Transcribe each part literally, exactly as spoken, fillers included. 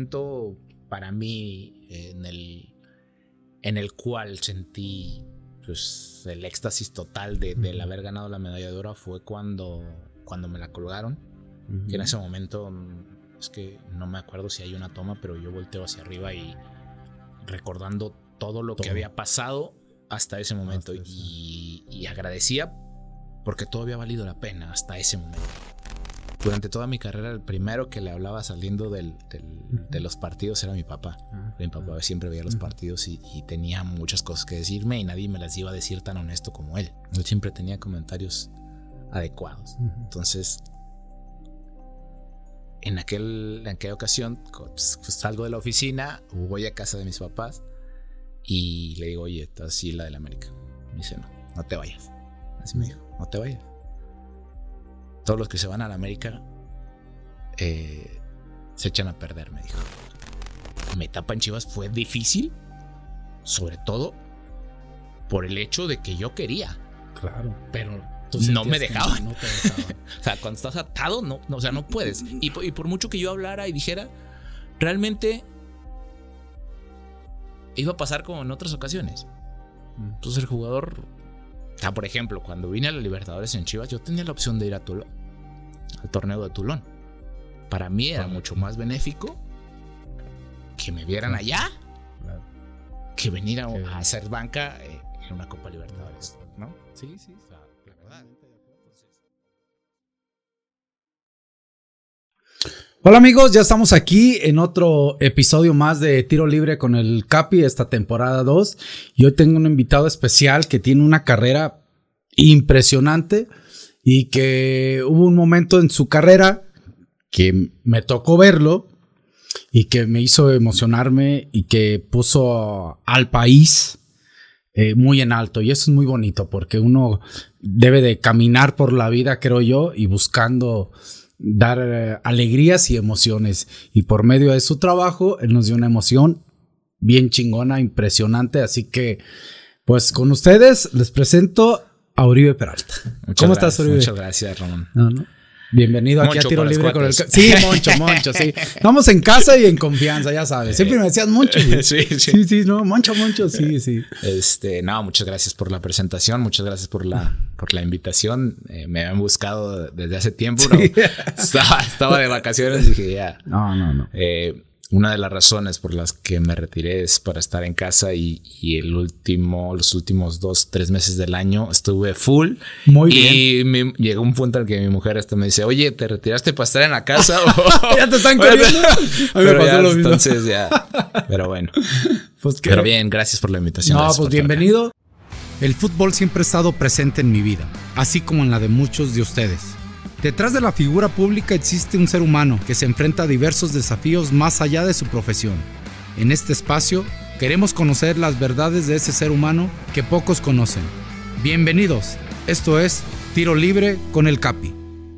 momento para mí en el, en el cual sentí pues, el éxtasis total de, del haber ganado la medalla de oro fue cuando, cuando me la colgaron. Uh-huh. Que en ese momento, es que no me acuerdo si hay una toma, pero yo volteo hacia arriba y recordando todo lo todo. que había pasado hasta ese momento hasta y, y agradecía porque todo había valido la pena hasta ese momento. Durante toda mi carrera, el primero que le hablaba saliendo del, del, uh-huh. de los partidos era mi papá. Uh-huh. Mi papá siempre veía los uh-huh. partidos y, y tenía muchas cosas que decirme y nadie me las iba a decir tan honesto como él. Él siempre tenía comentarios adecuados. Uh-huh. Entonces, en, aquel, en aquella ocasión, pues, pues, salgo de la oficina, voy a casa de mis papás y le digo, oye, está así la del América. Me dice, no, no te vayas. Así me dijo, no te vayas. Todos los que se van a la América eh, se echan a perder, me dijo. Mi etapa en Chivas fue difícil, sobre todo por el hecho de que yo quería. Claro. Pero no me dejaban. No te dejaban. O sea, cuando estás atado, no, no, o sea, no puedes. Y, y por mucho que yo hablara y dijera, realmente iba a pasar como en otras ocasiones. Entonces el jugador... O sea, por ejemplo, cuando vine a la Libertadores en Chivas, yo tenía la opción de ir a Tulón, al torneo de Tulón. Para mí era mucho más benéfico que me vieran allá que venir a, a hacer banca en una Copa Libertadores, ¿no? Sí, sí. O sea, la verdad. Hola amigos, ya estamos aquí en otro episodio más de Tiro Libre con el Capi, esta temporada dos. Y hoy tengo un invitado especial que tiene una carrera impresionante y que hubo un momento en su carrera que me tocó verlo y que me hizo emocionarme y que puso al país eh, muy en alto. Y eso es muy bonito porque uno debe de caminar por la vida, creo yo, y buscando... dar eh, alegrías y emociones, y por medio de su trabajo él nos dio una emoción bien chingona, impresionante, así que pues con ustedes les presento a Oribe Peralta. Muchas ¿Cómo gracias, estás, Oribe? Muchas gracias, Ramón. No, no. Bienvenido aquí Moncho a Tiro Libre con el... Sí, Moncho, Moncho, sí. Estamos en casa y en confianza, ya sabes. Siempre me decías Moncho. Sí, sí. Sí, sí, no, Moncho, Moncho, sí, sí. Este, no, muchas gracias por la presentación, muchas gracias por la, por la invitación. Eh, me habían buscado desde hace tiempo, ¿no? Sí. Estaba, estaba de vacaciones y dije ya. No, no, no. Eh, una de las razones por las que me retiré es para estar en casa y, y el último, los últimos dos, tres meses del año estuve full. Muy y bien. Y me, llegó un punto en que mi mujer hasta me dice, oye, ¿te retiraste para estar en la casa? ¿Ya te están corriendo? A mí me pasó ya, lo mismo. Entonces ya, pero bueno. Pues ¿qué? Pero bien, gracias por la invitación. No, Gracias pues por bienvenido. El fútbol siempre ha estado presente en mi vida, así como en la de muchos de ustedes. Detrás de la figura pública existe un ser humano que se enfrenta a diversos desafíos más allá de su profesión. En este espacio queremos conocer las verdades de ese ser humano que pocos conocen. Bienvenidos, esto es Tiro Libre con el Capi.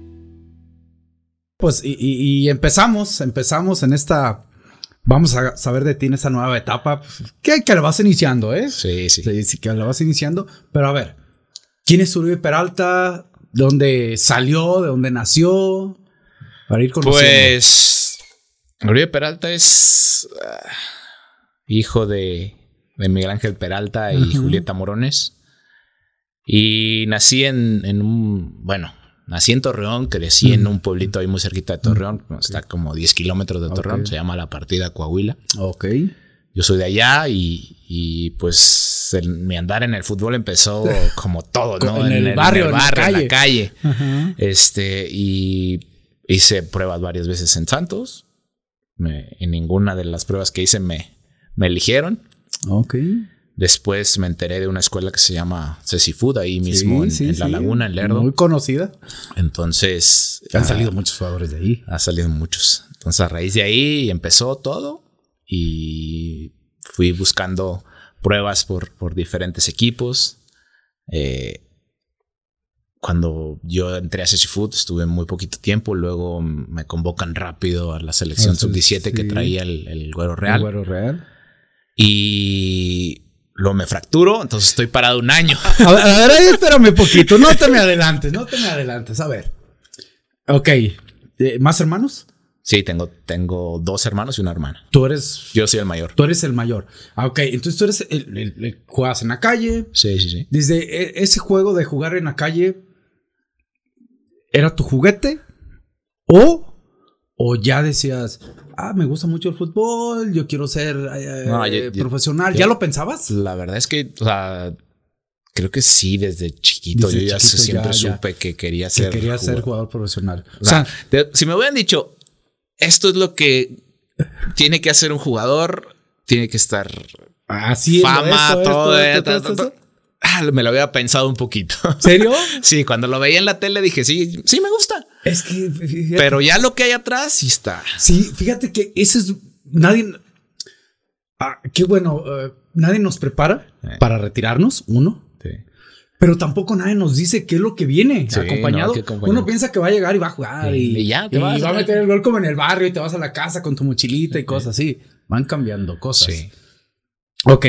Pues y, y, y empezamos, empezamos en esta... Vamos a saber de ti en esta nueva etapa que, que la vas iniciando, ¿eh? Sí, sí. Sí, sí, que la vas iniciando. Pero a ver, ¿quién es Oribe Peralta? ¿De dónde salió? ¿De dónde nació? Para ir conociendo. Pues Oribe Peralta es uh, hijo de, de Miguel Ángel Peralta y uh-huh. Julieta Morones. Y nací en, en un... Bueno, nací en Torreón, crecí uh-huh. en un pueblito ahí muy cerquita de Torreón. Uh-huh. Está como diez kilómetros de Torreón. Okay. Se llama La Partida, Coahuila. Ok. Yo soy de allá y, y pues el, mi andar en el fútbol empezó como todo, ¿no? En, en el barrio, en, el barrio, en, la en la calle. Uh-huh. Este, y hice pruebas varias veces en Santos. Me, en ninguna de las pruebas que hice me, me eligieron. Ok. Después me enteré de una escuela que se llama Cecifood, ahí mismo sí, en, sí, en La sí. Laguna, en Lerdo. Muy conocida. Entonces... Han uh, salido muchos jugadores de ahí. Han salido muchos. Entonces a raíz de ahí empezó todo. Y fui buscando pruebas por, por diferentes equipos. Eh, cuando yo entré a Cecifood estuve muy poquito tiempo. Luego me convocan rápido a la selección sub diecisiete sí. que traía el, el Güero Real. El Güero Real. Y luego me fracturo, entonces estoy parado un año. A ver, a ver ahí espérame un poquito. No te me adelantes, no te me adelantes. A ver. Ok. ¿Más hermanos? Sí, tengo, tengo dos hermanos y una hermana. Tú eres... Yo soy el mayor. Tú eres el mayor. Ah, ok. Entonces tú eres el, el, el juegas en la calle. Sí, sí, sí. Desde ese juego de jugar en la calle, ¿era tu juguete? ¿O, o ya decías, ah, me gusta mucho el fútbol, yo quiero ser eh, no, yo, profesional? Yo, ¿Ya lo pensabas? La verdad es que, o sea, creo que sí, desde chiquito. Desde yo ya chiquito siempre ya, supe ya, que quería ser que quería jugador. ser jugador profesional. O sea, te, si me hubieran dicho, esto es lo que tiene que hacer un jugador, tiene que estar así fama, esto, todo, esto, esto, esto, esto, esto. Ah, me lo había pensado un poquito. ¿Serio? Sí, cuando lo veía en la tele dije, sí, sí me gusta. Es que... Fíjate, pero ya lo que hay atrás sí está. Sí, fíjate que eso es... Nadie... Ah, qué bueno. Uh, nadie nos prepara eh. para retirarnos, uno. Sí. Pero tampoco nadie nos dice qué es lo que viene sí, acompañado. No, acompañado. Uno piensa que va a llegar y va a jugar sí, y, y ya te y vas, va a meter el gol como en el barrio y te vas a la casa con tu mochilita sí, y cosas así. Van cambiando cosas. Sí. Ok.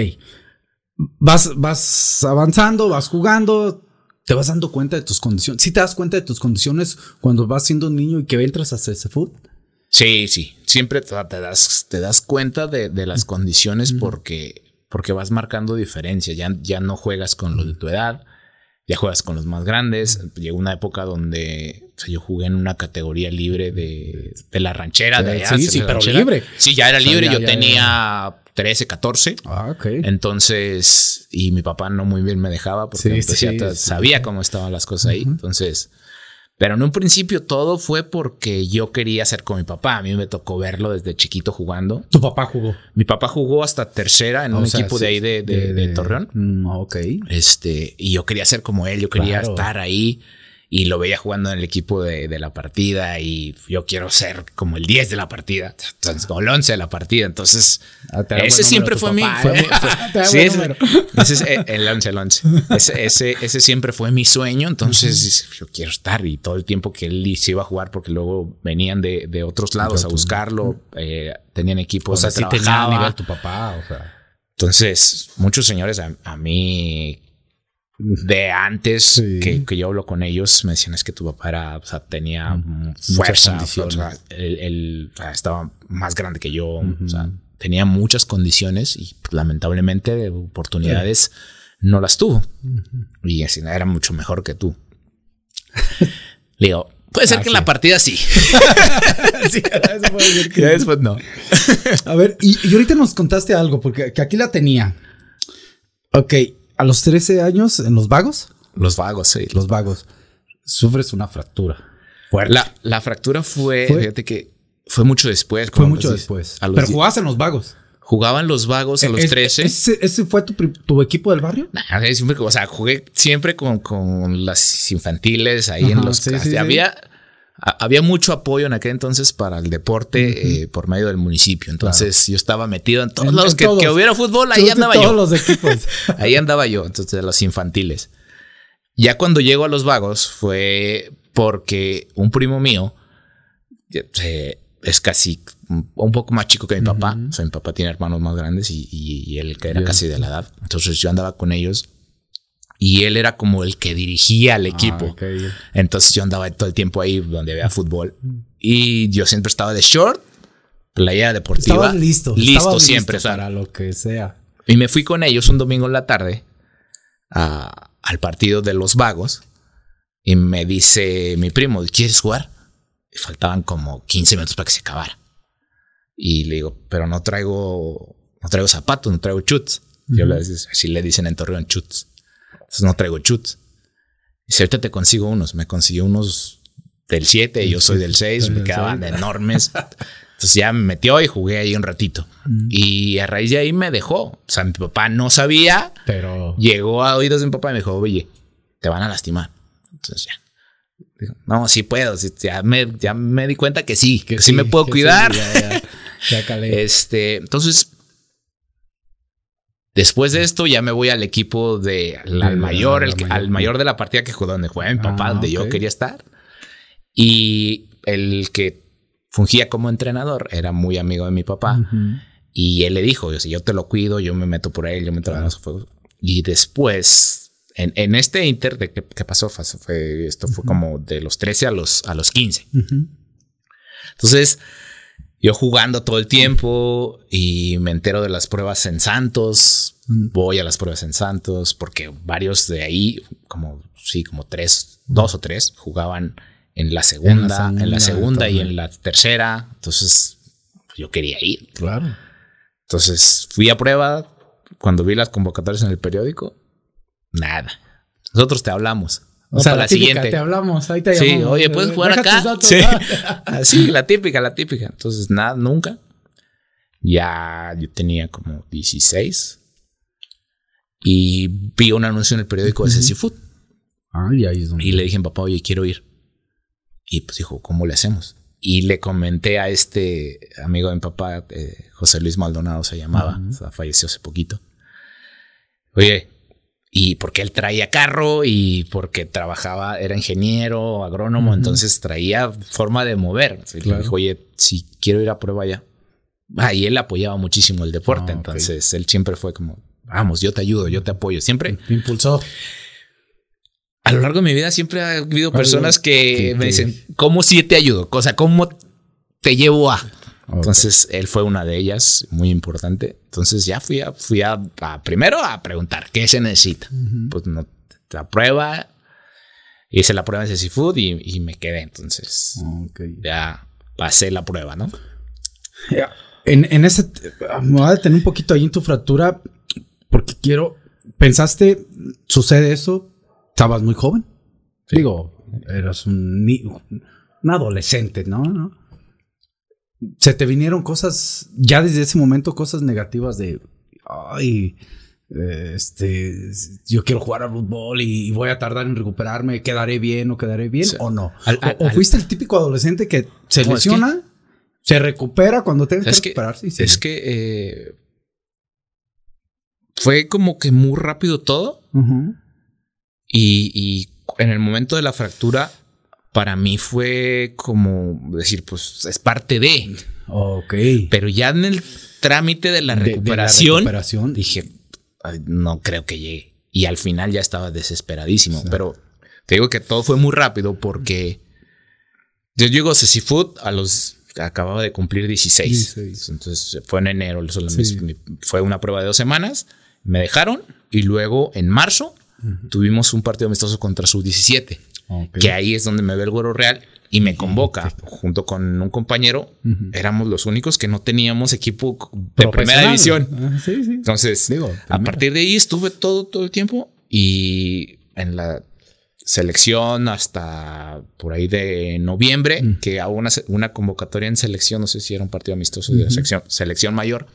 Vas, vas avanzando, vas jugando, te vas dando cuenta de tus condiciones. ¿Sí te das cuenta de tus condiciones cuando vas siendo un niño y que entras a ese fútbol? Sí, sí. Siempre te das, te das cuenta de, de las condiciones uh-huh. porque, porque vas marcando diferencia. Ya, ya no juegas con los de tu edad. Ya juegas con los más grandes. Llegó una época donde o sea, yo jugué en una categoría libre de, de la ranchera. De allá, sí, sí, pero ranchera. Libre. Sí, ya era libre. O sea, ya, yo ya, tenía ya. trece, catorce. Ah, ok. Entonces, y mi papá no muy bien me dejaba porque sí, sí, ya sí, sabía sí. cómo estaban las cosas ahí. Uh-huh. Entonces, pero en un principio todo fue porque yo quería ser como mi papá. A mí me tocó verlo desde chiquito jugando. ¿Tu papá jugó? Mi papá jugó hasta tercera en o un sea, equipo sí, de ahí de, de, de, de Torreón. Mm, ok. Este, y yo quería ser como él, yo quería claro. estar ahí. Y lo veía jugando en el equipo de, de la partida y yo quiero ser como el diez de la partida, entonces, o el once de la partida. Entonces, ah, ese siempre fue mi... Fue, fue, sí, ese, ese es el once, el once. Ese, ese, ese siempre fue mi sueño. Entonces, uh-huh. yo quiero estar y todo el tiempo que él se iba a jugar porque luego venían de, de otros lados a buscarlo. Eh, tenían equipos. O sea, sí tenía a nivel tu papá. O sea. Entonces, muchos señores a, a mí... de antes sí. que, que yo hablo con ellos me decían es que tu papá era, o sea, tenía mm, fuerza, o sea, él, él o sea, estaba más grande que yo, uh-huh. o sea, tenía muchas condiciones y pues, lamentablemente oportunidades sí. no las tuvo uh-huh. y así era mucho mejor que tú. Le digo, puede ser ah, que sí. en la partida sí. Sí, eso puede decir que ya después no. A ver, y, y ahorita nos contaste algo porque que aquí la tenía. Ok. ¿A los trece años en Los Vagos? Los Vagos, sí. Los Vagos. Sufres una fractura fuerte. La, la fractura fue, fue, fíjate que fue mucho después. Fue mucho después. A los Pero jugabas en Los Vagos. Jugaban Los Vagos a los ¿Es, trece. ¿Ese, ese fue tu, tu equipo del barrio? Nah, siempre, o sea, jugué siempre con, con las infantiles ahí Ajá, en los... Sí, sí, había... Sí. Había mucho apoyo en aquel entonces para el deporte uh-huh. eh, por medio del municipio. Entonces claro. yo estaba metido en todos en, lados en que, todos. que hubiera fútbol, ahí andaba todos yo. Todos los equipos. Ahí andaba yo, entonces de los infantiles. Ya cuando llego a Los Vagos fue porque un primo mío eh, es casi un poco más chico que mi uh-huh. papá. O sea, mi papá tiene hermanos más grandes y, y, y él que era yeah. casi de la edad. Entonces yo andaba con ellos. Y él era como el que dirigía al equipo. Ah, okay. Entonces yo andaba todo el tiempo ahí donde había fútbol. Y yo siempre estaba de short, playera deportiva. Estabas listo. Listo estabas siempre. Listo para lo que sea. Y me fui con ellos un domingo en la tarde a, al partido de Los Vagos. Y me dice mi primo, ¿quieres jugar? Y faltaban como quince minutos para que se acabara. Y le digo, pero no traigo, no traigo zapatos, no traigo chuts. Uh-huh. Yo le, así le dicen en Torreón chuts. Entonces no traigo chuts. Y si ahorita te consigo unos, me consiguió unos del siete, yo soy del seis, me quedaban enormes. Entonces ya me metió y jugué ahí un ratito. Mm. Y a raíz de ahí me dejó. O sea, mi papá no sabía, pero llegó a oídos de mi papá y me dijo, oye, te van a lastimar. Entonces ya. Digo, no, sí puedo. Sí, ya, me, ya me di cuenta que sí, que, que sí, sí me puedo cuidar. Sí, ya, ya, ya calé. Este, entonces... Después de esto ya me voy al equipo de al, al mayor, el, mayor, al mayor de la partida que jugó donde juega mi papá, ah, donde okay. yo quería estar. Y el que fungía como entrenador era muy amigo de mi papá. Uh-huh. Y él le dijo, yo, si yo te lo cuido, yo me meto por él, yo me entreno. Uh-huh. Y después, en, en este inter de que, que pasó, fue, esto fue uh-huh. como de los trece a los, a los quince. Uh-huh. Entonces, yo jugando todo el tiempo y me entero de las pruebas en Santos. Mm. Voy a las pruebas en Santos porque varios de ahí, como sí, como tres, dos o tres, jugaban en la segunda, en la segunda, en la segunda y en la tercera. Entonces, yo quería ir. Claro. Entonces, fui a prueba. Cuando vi las convocatorias en el periódico, nada. Nosotros te hablamos. O sea, la, la típica, siguiente. Te hablamos, ahí te sí, llamamos. Oye, ¿puedes jugar Deja acá? Datos, sí. sí, la típica, la típica. Entonces, nada, nunca. Ya yo tenía como dieciséis. Y vi un anuncio en el periódico uh-huh. de CeciFood. Ah, y ahí es donde... Y le dije a papá, oye, quiero ir. Y pues dijo, ¿cómo le hacemos? Y le comenté a este amigo de mi papá, eh, José Luis Maldonado se llamaba, uh-huh. o sea, falleció hace poquito. Oye, y porque él traía carro y porque trabajaba, era ingeniero, agrónomo, uh-huh. entonces traía forma de mover. Entonces, claro. Le dijo, oye, si quiero ir a prueba allá. Ah, y él apoyaba muchísimo el deporte, oh, entonces okay. él siempre fue como, vamos, yo te ayudo, yo te apoyo. Siempre te impulsó. A lo largo de mi vida siempre ha habido personas que, que me te... dicen, ¿cómo sí te ayudo? O sea, ¿cómo te llevo a? Okay. Entonces, él fue una de ellas, muy importante. Entonces, ya fui a, fui a, a primero a preguntar, ¿qué se necesita? Uh-huh. Pues no, la prueba, hice la prueba de CeciFood y, y me quedé. Entonces, okay. ya pasé la prueba, ¿no? Yeah. En, en ese, me voy a detener un poquito ahí en tu fractura, porque quiero, pensaste, sucede eso, estabas muy joven. Sí. Digo, eras un, un adolescente, ¿no? ¿no? Se te vinieron cosas, ya desde ese momento, cosas negativas de, ay, este, yo quiero jugar al fútbol y voy a tardar en recuperarme, ¿quedaré bien o quedaré bien sí. o no? Al, al, o, o fuiste al, el típico adolescente que se no, lesiona, es que, se recupera cuando tenga que recuperarse. Que, sí, es sí. que eh, fue como que muy rápido todo. Uh-huh. Y, y en el momento de la fractura, para mí fue como decir, pues es parte de. Ok. Pero ya en el trámite de la recuperación, de, de la recuperación. dije, no creo que llegue. Y al final ya estaba desesperadísimo. Sí. Pero te digo que todo fue muy rápido porque yo llego a CeciFood a los... Acababa de cumplir dieciséis. dieciséis. Entonces fue en enero. Sí. Fue una prueba de dos semanas. Me dejaron y luego en marzo uh-huh. tuvimos un partido amistoso contra sub diecisiete. Okay. Que ahí es donde me ve el Güero Real y me convoca sí. junto con un compañero. Uh-huh. Éramos los únicos que no teníamos equipo de primera división. Uh, sí, sí. Entonces, Digo, a partir de ahí estuve todo, todo el tiempo y en la selección hasta por ahí de noviembre, uh-huh. que hago una, una convocatoria en selección, no sé si era un partido amistoso uh-huh. de la selección, selección mayor.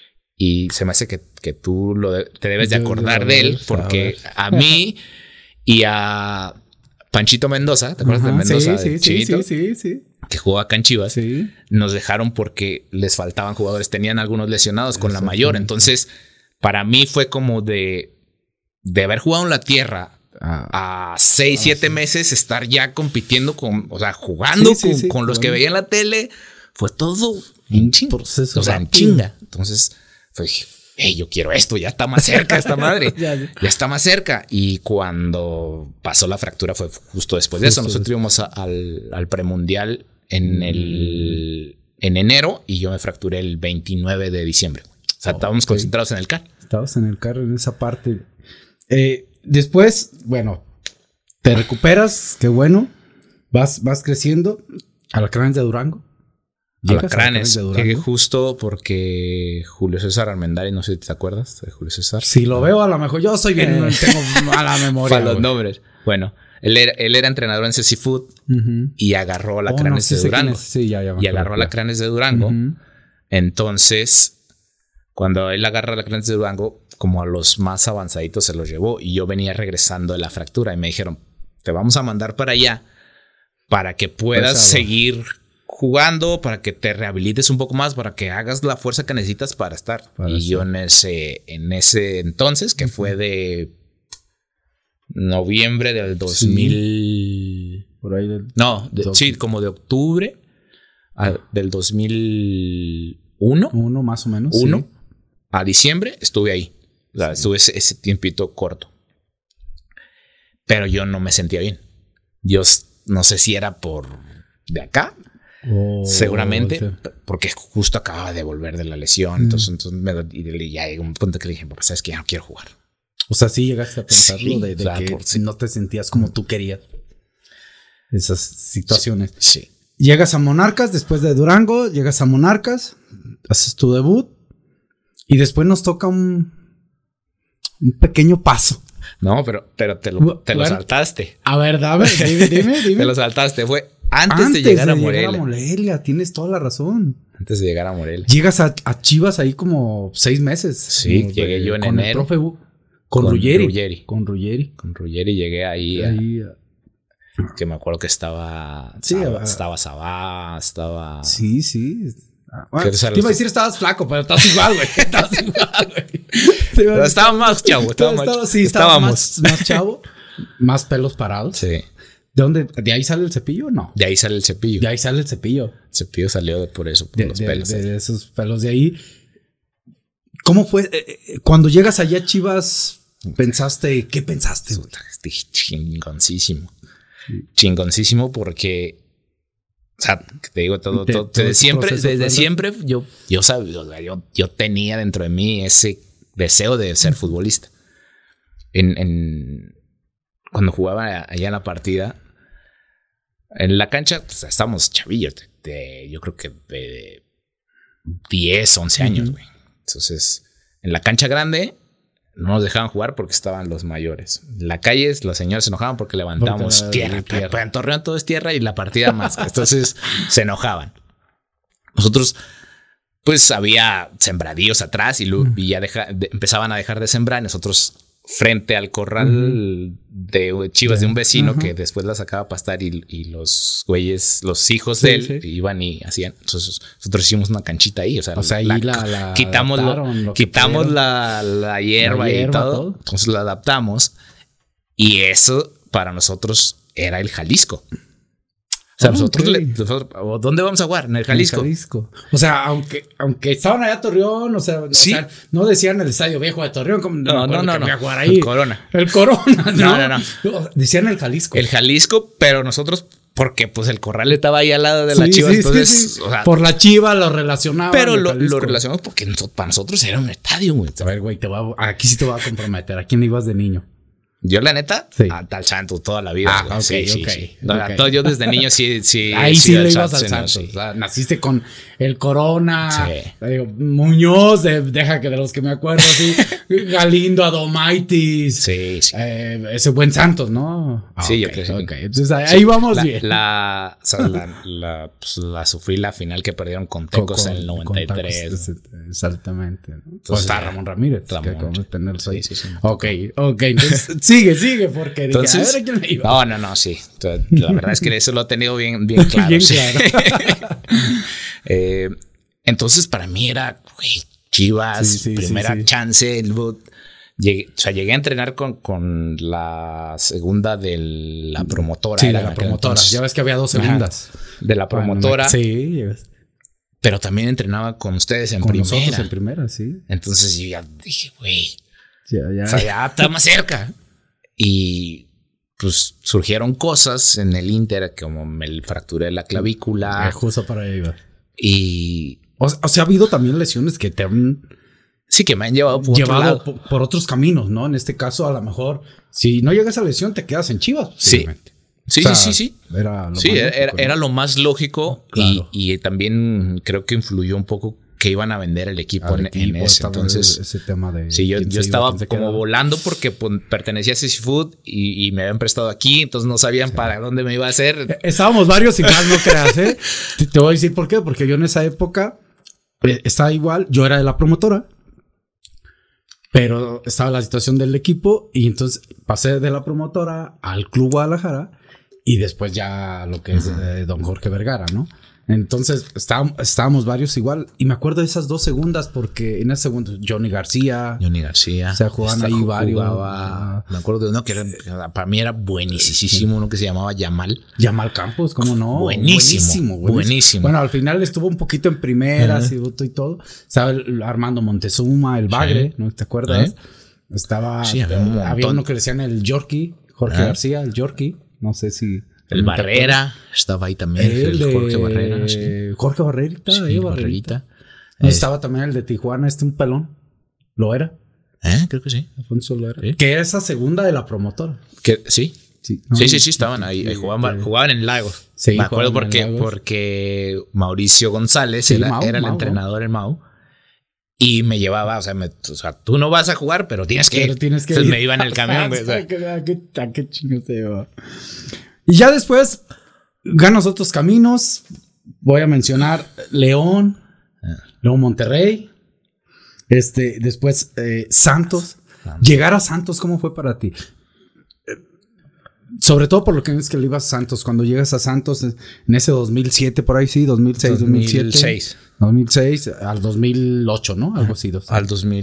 Y se me hace que, que tú lo de, te debes de acordar yo, yo, de él, porque a, a mí y a Panchito Mendoza, ¿te acuerdas uh-huh, de Mendoza? Sí, de sí, sí, sí, sí. Que jugaba acá en Chivas. Sí. Nos dejaron porque les faltaban jugadores. Tenían algunos lesionados con la mayor. Entonces, para mí fue como de, de haber jugado en la tierra ah, a seis, ah, siete sí. meses, estar ya compitiendo con, o sea, jugando sí, sí, con, sí, con los que veía en la tele. Fue todo en chinga. O sea, en chinga. Entonces, fue, hey, yo quiero esto, ya está más cerca esta madre, ya, ya. ya está más cerca. Y cuando pasó la fractura fue justo después de justo eso. Nosotros íbamos a, al, al premundial en, mm. el, en enero y yo me fracturé el veintinueve de diciembre. O sea, oh, estábamos okay. concentrados en el C A R. Estabas en el C A R en esa parte. Eh, después, bueno, te recuperas, qué bueno, vas, vas creciendo. Alacranes de Durango. Alacranes, llegué justo porque Julio César Armendáriz, no sé si te acuerdas de Julio César. Si lo veo, a lo mejor yo soy bien, eh. tengo mala memoria. Para los nombres. Bueno, él era, él era entrenador en CeciFood uh-huh. y agarró Alacranes oh, no, sí, de Durango. Sí, ya, ya y agarró Alacranes de Durango. Uh-huh. Entonces, cuando él agarra Alacranes de Durango, como a los más avanzaditos se los llevó y yo venía regresando de la fractura y me dijeron, te vamos a mandar para allá para que puedas Pesado. seguir jugando, para que te rehabilites un poco más, para que hagas la fuerza que necesitas para estar. Para y ser. yo en ese, en ese entonces, que uh-huh. fue de noviembre del dos mil... Sí. Por ahí del... No, de, sí, como de octubre a, del dos mil uno. Uno, más o menos. Uno. Sí. A diciembre estuve ahí. O sea, sí. estuve ese, ese tiempito corto. Pero yo no me sentía bien. Yo no sé si era por de acá. Oh, seguramente, sí. Porque justo acababa de volver de la lesión. Mm. Entonces, entonces me, y ya llegó un punto que le dije, papá, sabes que ya no quiero jugar. O sea, sí llegaste a pensarlo, sí, de, de o sea, que por, sí. no te sentías como tú querías. Esas situaciones. Sí. sí. Llegas a Monarcas después de Durango, llegas a Monarcas, haces tu debut y después nos toca un, un pequeño paso. No, pero, pero te, lo, te bueno, lo saltaste. A ver, dame, dime, dime, dime. Te lo saltaste, fue antes, antes de llegar de a Morelia. Llegar a Morelia, tienes toda la razón. Antes de llegar a Morelia. Llegas a, a Chivas ahí como seis meses. Sí, llegué de, yo en con enero. El profe, con, con Ruggeri. Ruggeri. Con Ruggeri. Con Ruggeri llegué ahí. ahí a, que me acuerdo que estaba. Sí, Sabá, a, estaba Sabá, estaba. Sí, sí. Bueno, te iba a decir estabas flaco, pero estás igual, güey. Estabas igual, güey. Pero estaba más chavo. Estaba más, estaba, sí, estábamos. Más, más chavo. Más pelos parados. Sí. ¿De dónde? ¿De ahí sale el cepillo o no? De ahí sale el cepillo. De ahí sale el cepillo. El cepillo salió por eso, por de, los de, pelos. De, de esos pelos de ahí. ¿Cómo fue? Eh, cuando llegas allá a Chivas, ¿pensaste? ¿Qué pensaste? Dije, chingoncísimo. Chingoncísimo porque... O sea, te digo todo, todo, todo desde siempre, desde siempre yo, yo sabía, yo, yo tenía dentro de mí ese deseo de ser futbolista. En, en cuando jugaba allá en la partida, en la cancha, pues, estábamos chavillos, de, de, yo creo que de diez, once años, güey. Uh-huh. Entonces, en la cancha grande no nos dejaban jugar porque estaban los mayores. En la calle los señores se enojaban porque levantamos porque tierra. tierra. Pero en Torreón todo es tierra y la partida más. Entonces se enojaban. Nosotros, pues había sembradíos atrás y, lo, y ya deja, de, empezaban a dejar de sembrar. Nosotros frente al corral uh-huh. de chivas de un vecino uh-huh. que después la sacaba a pastar y, y los güeyes, los hijos sí, de él sí. iban y hacían. Entonces nosotros hicimos una canchita ahí. O sea, o sea la, ahí la, la quitamos, lo, lo quitamos la, la, hierba la hierba y todo, todo. Entonces la adaptamos y eso para nosotros era el Jalisco. O sea, oh, nosotros, okay. le, nosotros, ¿dónde vamos a jugar? En el Jalisco. En el Jalisco. O sea, aunque, aunque estaban allá en Torreón, o sea, ¿sí? o sea, no decían el Estadio Viejo de Torreón, como no, no, no, no. A jugar ahí. El Corona. El Corona, ¿no? No, no, no. Decían el Jalisco. El Jalisco, pero nosotros, porque pues el corral estaba ahí al lado de la sí, Chivas, sí, entonces, sí, sí. O sea, por la Chiva lo relacionaban. Pero lo, lo relacionamos porque nosotros, para nosotros era un estadio, güey. A ver, güey, te voy a, aquí sí te voy a comprometer. ¿A quién ibas de niño? Yo, la neta, sí. a tal Santos toda la vida. Ah, ok, sí, sí, ok. Sí. No, okay. Todo, yo desde niño sí, sí. Ahí sí, sí le ibas al Santos. Sí. O sea, naciste con el Corona, sí. digo, Muñoz, de, deja que de los que me acuerdo, sí. Galindo, Adomaitis. Sí, sí. Eh, ese buen Santos, ¿no? Ah, sí, okay, yo creo que sí. Okay. Entonces ahí, sí. ahí vamos la, bien. La, o sea, la, la, pues, la sufrí la final que perdieron con Tecos con, en el noventa y tres. Con, exactamente. ¿no? Entonces, pues está Ramón Ramírez. Ramón. Que tenerlo ahí. Sí, sí, sí. Ok, ok. Entonces, sigue, sigue, porque entonces, dije, a ver a quién le iba. No, no, no, sí. La verdad es que eso lo he tenido bien, bien claro. bien sí. claro. eh, entonces, para mí era, güey, Chivas, sí, sí, primera sí, sí. chance. El, llegué, o sea, llegué a entrenar con, con la segunda de la promotora. Sí, de la promotora. Entonces, ya ves que había dos segundas. Ajá, de la promotora. Bueno, sí, ya ves. Pero también entrenaba con ustedes en con primera. Nosotros en primera, sí. Entonces yo ya dije, güey, ya, ya. O sea, ya está más cerca. Y pues surgieron cosas en el Inter, como me fracturé la clavícula. Eh, justo para ahí iba. Y... O, o sea, ha habido también lesiones que te han... Sí, que me han llevado por llevado otro lado. Por, por otros caminos, ¿no? En este caso, a lo mejor, si no llegas a lesión, te quedas en Chivas. Sí. Sí, o sea, sí, sí, sí. Era lo, sí, más era, lógico, era, ¿no? era lo más lógico. Claro. Y, y también creo que influyó un poco que iban a vender el equipo, en, equipo en ese. Entonces, ese tema de sí, yo, yo estaba iba, como volando porque pues, pertenecía a Sissy Food y, y me habían prestado aquí, entonces no sabían sí. para dónde me iba a hacer. Estábamos varios y más, no creas, ¿eh? te, te voy a decir por qué, porque yo en esa época eh, estaba igual, yo era de la promotora, pero estaba la situación del equipo y entonces pasé de la promotora al Club Guadalajara y después ya lo que es eh, Don Jorge Vergara, ¿no? Entonces estábamos, estábamos varios igual y me acuerdo de esas dos segundas porque en ese segundo Johnny García Johnny García o sea jugaban ahí varios jugaba, me acuerdo de uno que era, para mí era buenísimo, uno que se llamaba Yamal Yamal Campos, ¿cómo no? Buenísimo, buenísimo, buenísimo. buenísimo. Bueno, al final estuvo un poquito en primera, uh-huh. y todo. Estaba el Armando Montezuma, el Bagre, sí. ¿no te acuerdas? ¿Eh? Estaba, sí, había, un había uno que le decían el Yorkie, Jorge uh-huh. García, el Yorkie, no sé si... El Barrera, estaba ahí también. El, el Jorge Barrera. Sí. Jorge Barrerita. Sí, eh, Barrerita. Barrerita. No, Eh, estaba también el de Tijuana, este un pelón. ¿Lo era? ¿Eh? Creo que sí. Alfonso lo era. Sí. Que era esa segunda de la promotora. Que, sí. Sí, Sí, sí, sí, estaban ahí. ahí jugaban, jugaban en Lagos. Sí, me acuerdo jugaban en porque, Lagos. porque Mauricio González Sí, era, Mau, era el Mau, entrenador en Mau. Y me llevaba, o sea, me, o sea, tú no vas a jugar, pero tienes que Pero ir. tienes que Entonces ir. me iba en el camión. Güey, o sea. ¿A qué, a qué, a qué chingo se va? Y ya después ganas otros caminos. Voy a mencionar León, León Monterrey. Este, después eh, Santos. Santos. Llegar a Santos, ¿cómo fue para ti? Sobre todo por lo que es que le ibas a Santos. Cuando llegas a Santos en ese dos mil siete, por ahí sí, dos mil seis, dos mil siete. dos mil seis. dos mil seis al dos mil ocho, ¿no? Algo así. Dos, Al dos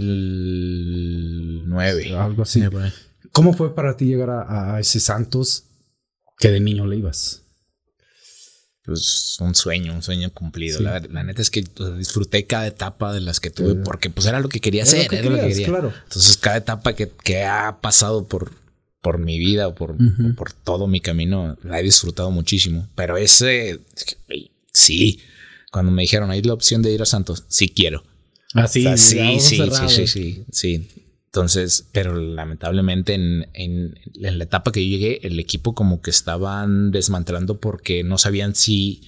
mil nueve. Algo así. Sí, por ahí. ¿Cómo fue para ti llegar a, a ese Santos que de niño le ibas? Pues un sueño, un sueño cumplido. Sí. La, la neta es que pues, disfruté cada etapa de las que tuve Sí. porque pues era lo que quería Era hacer. lo que era lo que querías, quería. claro. Entonces cada etapa que, que ha pasado por, por mi vida o por, Ujú. por todo mi camino la he disfrutado muchísimo. Pero ese, sí, cuando me dijeron hay la opción de ir a Santos, sí quiero. Así, O sea, sí, sí, sí, sí, sí, sí. Entonces, pero lamentablemente en, en, en la etapa que yo llegué, el equipo como que estaban desmantelando porque no sabían si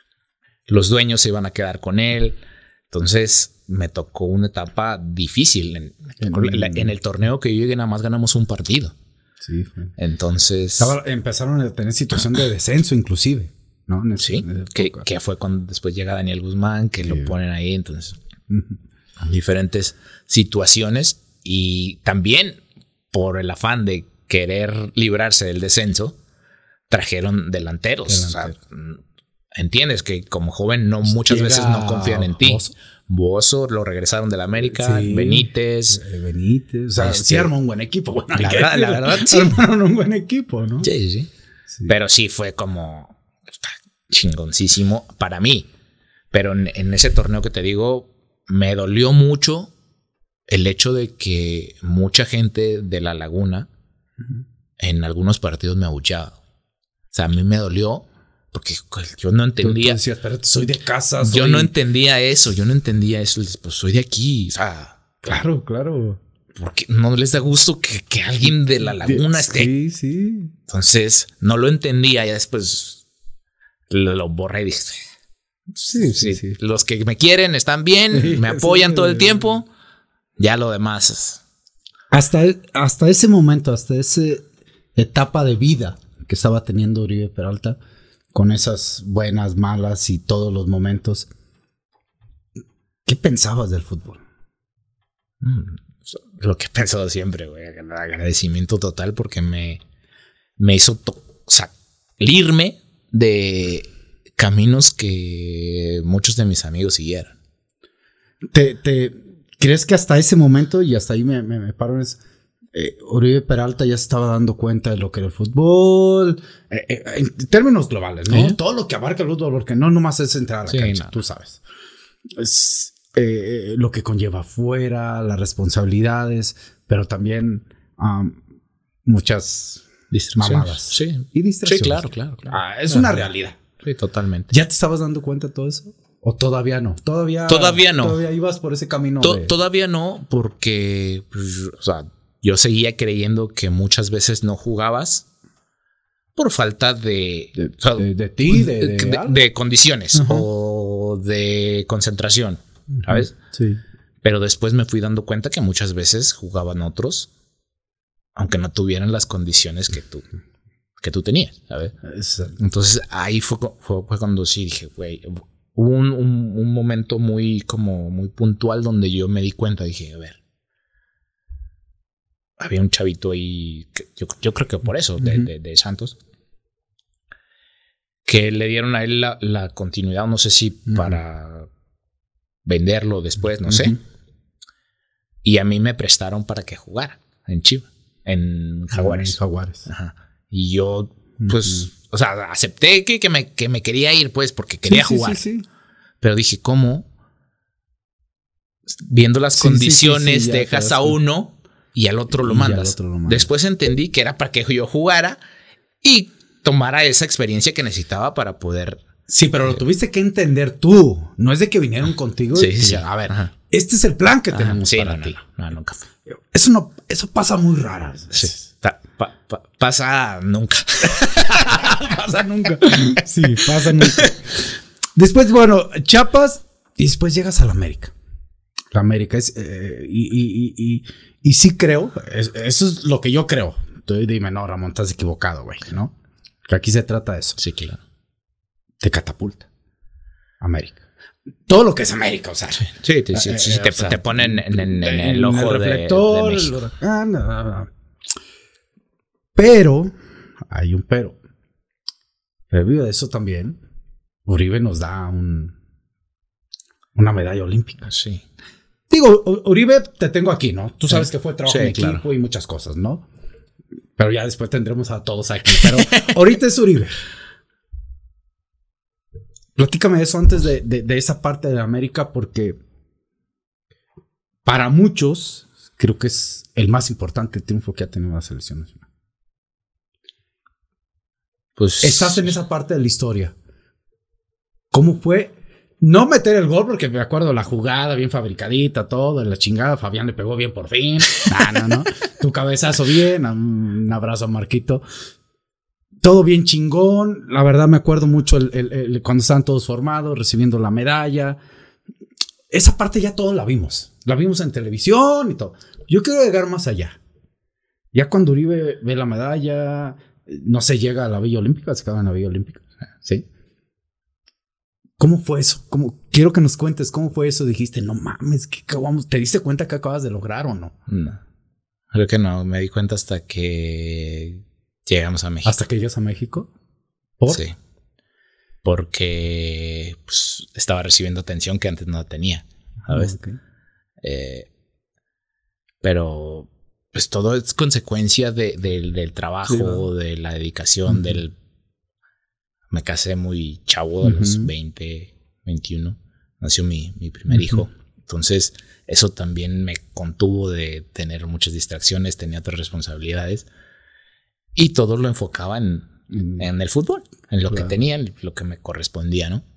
los dueños se iban a quedar con él. Entonces me tocó una etapa difícil. En, en, en el torneo que yo llegué nada más ganamos un partido. Sí, fue. Entonces... Estaba, empezaron a tener situación de descenso inclusive, ¿no? En ese, Sí, en que, que fue cuando después llega Daniel Guzmán, que sí. Lo ponen ahí. Entonces, uh-huh. diferentes situaciones. Y también por el afán de querer librarse del descenso, trajeron delanteros. Delantero. O sea, entiendes que como joven no muchas veces no confían en ti. Bozo, Bozo lo regresaron de la América, sí. Benítez. Eh, Benítez. O sea, este, sí armó un buen equipo. Bueno, la, verdad, la verdad, sí. Armaron un buen equipo, ¿no? Sí, sí, sí. sí. Pero sí fue como chingoncísimo para mí. Pero en, en ese torneo que te digo, me dolió mucho el hecho de que mucha gente de La Laguna uh-huh. en algunos partidos me abuchaba. O sea, a mí me dolió porque yo no entendía. Tú, tú decías, espérate, soy de casa. Soy... Yo no entendía eso, yo no entendía eso. Pues soy de aquí. O sea, claro, claro. Porque no les da gusto que, que alguien de La Laguna esté. Sí, sí. Entonces, no lo entendía. Ya después lo, lo borré y dije, sí, sí, sí, sí. Los que me quieren están bien, sí, me apoyan sí, todo el tiempo. Ya lo demás es... Hasta, hasta ese momento, hasta esa etapa de vida que estaba teniendo Uribe Peralta, con esas buenas, malas y todos los momentos, ¿qué pensabas del fútbol? Mm, lo que he pensado siempre, güey. Agradecimiento total porque me, me hizo to- salirme de caminos que muchos de mis amigos siguieron. Te... te ¿Crees que hasta ese momento, y hasta ahí me, me, me paro, es, eh, Uribe Peralta ya se estaba dando cuenta de lo que era el fútbol, eh, eh, en términos globales, ¿no? ¿Eh? Todo lo que abarca el fútbol, porque no nomás es entrar a la sí, cancha, no. Tú sabes. Es, eh, lo que conlleva afuera, las responsabilidades, pero también um, muchas mamadas. Sí. Y distracciones. Sí, claro, claro. claro. Ah, es claro. una realidad. Sí, totalmente. ¿Ya te estabas dando cuenta de todo eso? ¿O todavía no? Todavía, todavía no. Todavía ibas por ese camino. To- de... Todavía no, porque pues, o sea, yo seguía creyendo que muchas veces no jugabas por falta de... De, o sea, de, de ti, de, de, de, de condiciones uh-huh. o de concentración, ¿sabes? Sí. Pero después me fui dando cuenta que muchas veces jugaban otros, aunque no tuvieran las condiciones que tú, que tú tenías, ¿sabes? Exacto. Entonces ahí fue, fue, fue cuando sí dije, güey... Hubo un, un, un momento muy como muy puntual donde yo me di cuenta, dije, a ver, había un chavito ahí, que yo, yo creo que por eso, de, uh-huh. de, de Santos, que le dieron a él la, la continuidad, no sé si uh-huh. para venderlo después, no uh-huh. sé. Y a mí me prestaron para que jugara en Chivas, en Jaguares. En Jaguares. Ajá. Y yo, pues... Uh-huh. O sea, acepté que, que, me, que me quería ir, pues, porque quería sí, jugar. Sí, sí, sí. Pero dije, ¿cómo? Viendo las sí, condiciones, sí, sí, sí, dejas a uno y al otro lo, y mandas. Otro lo mandas. Después entendí que era para que yo jugara y tomara esa experiencia que necesitaba para poder... Sí, pero lo tuviste que entender tú. No es de que vinieron contigo. Sí, y sí, sí. A ver, ajá. Este es el plan que tenemos sí, para no, ti. No, no, no, nunca. Eso no, eso pasa muy raro. Sí. Pa, pa, pa, pasa nunca. Pasa nunca. Sí, pasa nunca. Después, bueno, Chiapas y después llegas a la América. La América es... Eh, y, y, y, y, y sí creo, es, eso es lo que yo creo. Tú dime, no, Ramón, estás equivocado, güey, ¿no? Que aquí se trata de eso. Sí, claro. Te catapulta. América. Todo lo que es América, o sea. Sí, sí, sí, sí, sí, eh, te, o sea, te ponen en, en, en, en el en ojo el de, reflector, de México. El huracán, no, no, no. Pero, hay un pero. Debido a eso también, Uribe nos da un, una medalla olímpica. Sí. Digo, Uribe te tengo aquí, ¿no? Tú sabes que fue trabajo sí, en equipo claro. y muchas cosas, ¿no? Pero ya después tendremos a todos aquí. Pero ahorita es Uribe. Platícame eso antes de, de, de esa parte de América, porque para muchos creo que es el más importante triunfo que ha tenido la selección nacional. Pues estás en esa parte de la historia. ¿Cómo fue? No meter el gol, porque me acuerdo la jugada bien fabricadita, todo, la chingada. Fabián le pegó bien por fin. No, no, no. Tu cabezazo bien. Un abrazo a Marquito. Todo bien chingón. La verdad me acuerdo mucho el, el, el, cuando estaban todos formados, recibiendo la medalla. Esa parte ya todos la vimos. La vimos en televisión y todo. Yo quiero llegar más allá. Ya cuando Uribe ve la medalla, no se llega a la Villa Olímpica, se acaba en la Villa Olímpica. ¿Sí? ¿Cómo fue eso? ¿Cómo? Quiero que nos cuentes cómo fue eso. Dijiste, no mames, ¿qué acabamos? ¿Te diste cuenta que acabas de lograr o no? No. Creo que no. Me di cuenta hasta que llegamos a México. ¿Hasta que llegas a México? ¿Por? Sí. Porque pues, estaba recibiendo atención que antes no tenía. ¿Sabes? Oh, okay. eh, pero pues todo es consecuencia de, de, del trabajo, sí, ¿no? De la dedicación, uh-huh. del... Me casé muy chavo, a los uh-huh. veinte, veintiuno. Nació mi, mi primer uh-huh. hijo. Entonces, eso también me contuvo de tener muchas distracciones, tenía otras responsabilidades. Y todo lo enfocaba en, uh-huh. en el fútbol, en lo claro. que tenía, en lo que me correspondía, ¿no?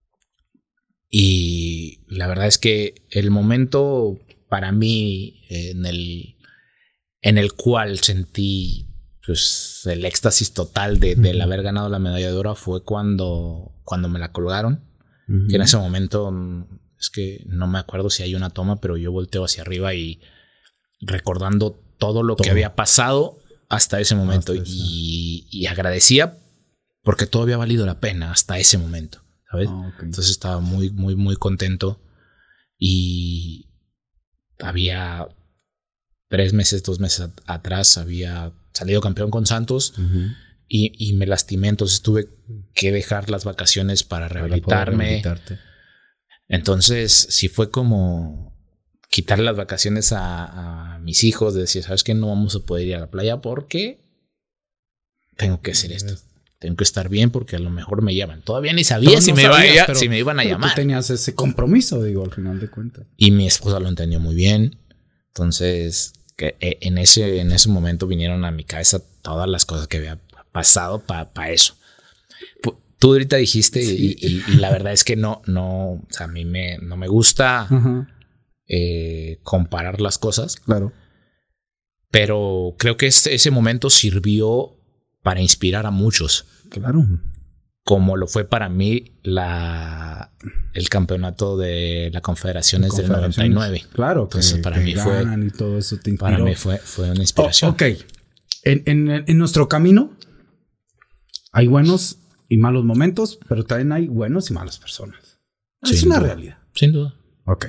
Y la verdad es que el momento para mí en el, en el cual sentí... pues el éxtasis total de, de el haber ganado la medalla de oro fue cuando, cuando me la colgaron. Uh-huh. Que en ese momento, es que no me acuerdo si hay una toma, pero yo volteo hacia arriba y recordando todo lo todo. que había pasado hasta ese momento. Hasta y, y agradecía porque todo había valido la pena hasta ese momento, ¿sabes? Oh, okay. Entonces estaba muy, muy, muy contento. Y había tres meses, dos meses atrás había salido campeón con Santos uh-huh. y, y me lastimé, entonces tuve que dejar las vacaciones para rehabilitarme. Para entonces sí fue como quitarle las vacaciones a, a mis hijos, de decir, ¿sabes qué? No vamos a poder ir a la playa porque tengo que hacer esto. Tengo que estar bien porque a lo mejor me llaman. Todavía ni sabía no, si, no me sabías, iba, pero, si me iban a llamar. Tú tenías ese compromiso, digo, al final de cuentas. Y mi esposa lo entendió muy bien. Entonces... que en ese, en ese momento vinieron a mi cabeza todas las cosas que había pasado para pa eso. Tú ahorita dijiste sí. y, y, y la verdad es que no, no, o sea, a mí me, no me gusta uh-huh. eh, comparar las cosas. Claro. Pero creo que este, ese momento sirvió para inspirar a muchos. Claro. Como lo fue para mí la, el campeonato de la Confederaciones del noventa y nueve. Claro, que, entonces para que mí fue y todo eso te para mí fue, fue una inspiración. Oh, ok, en, en, en nuestro camino hay buenos y malos momentos, pero también hay buenos y malas personas. Sin es una duda. realidad. Sin duda. Ok.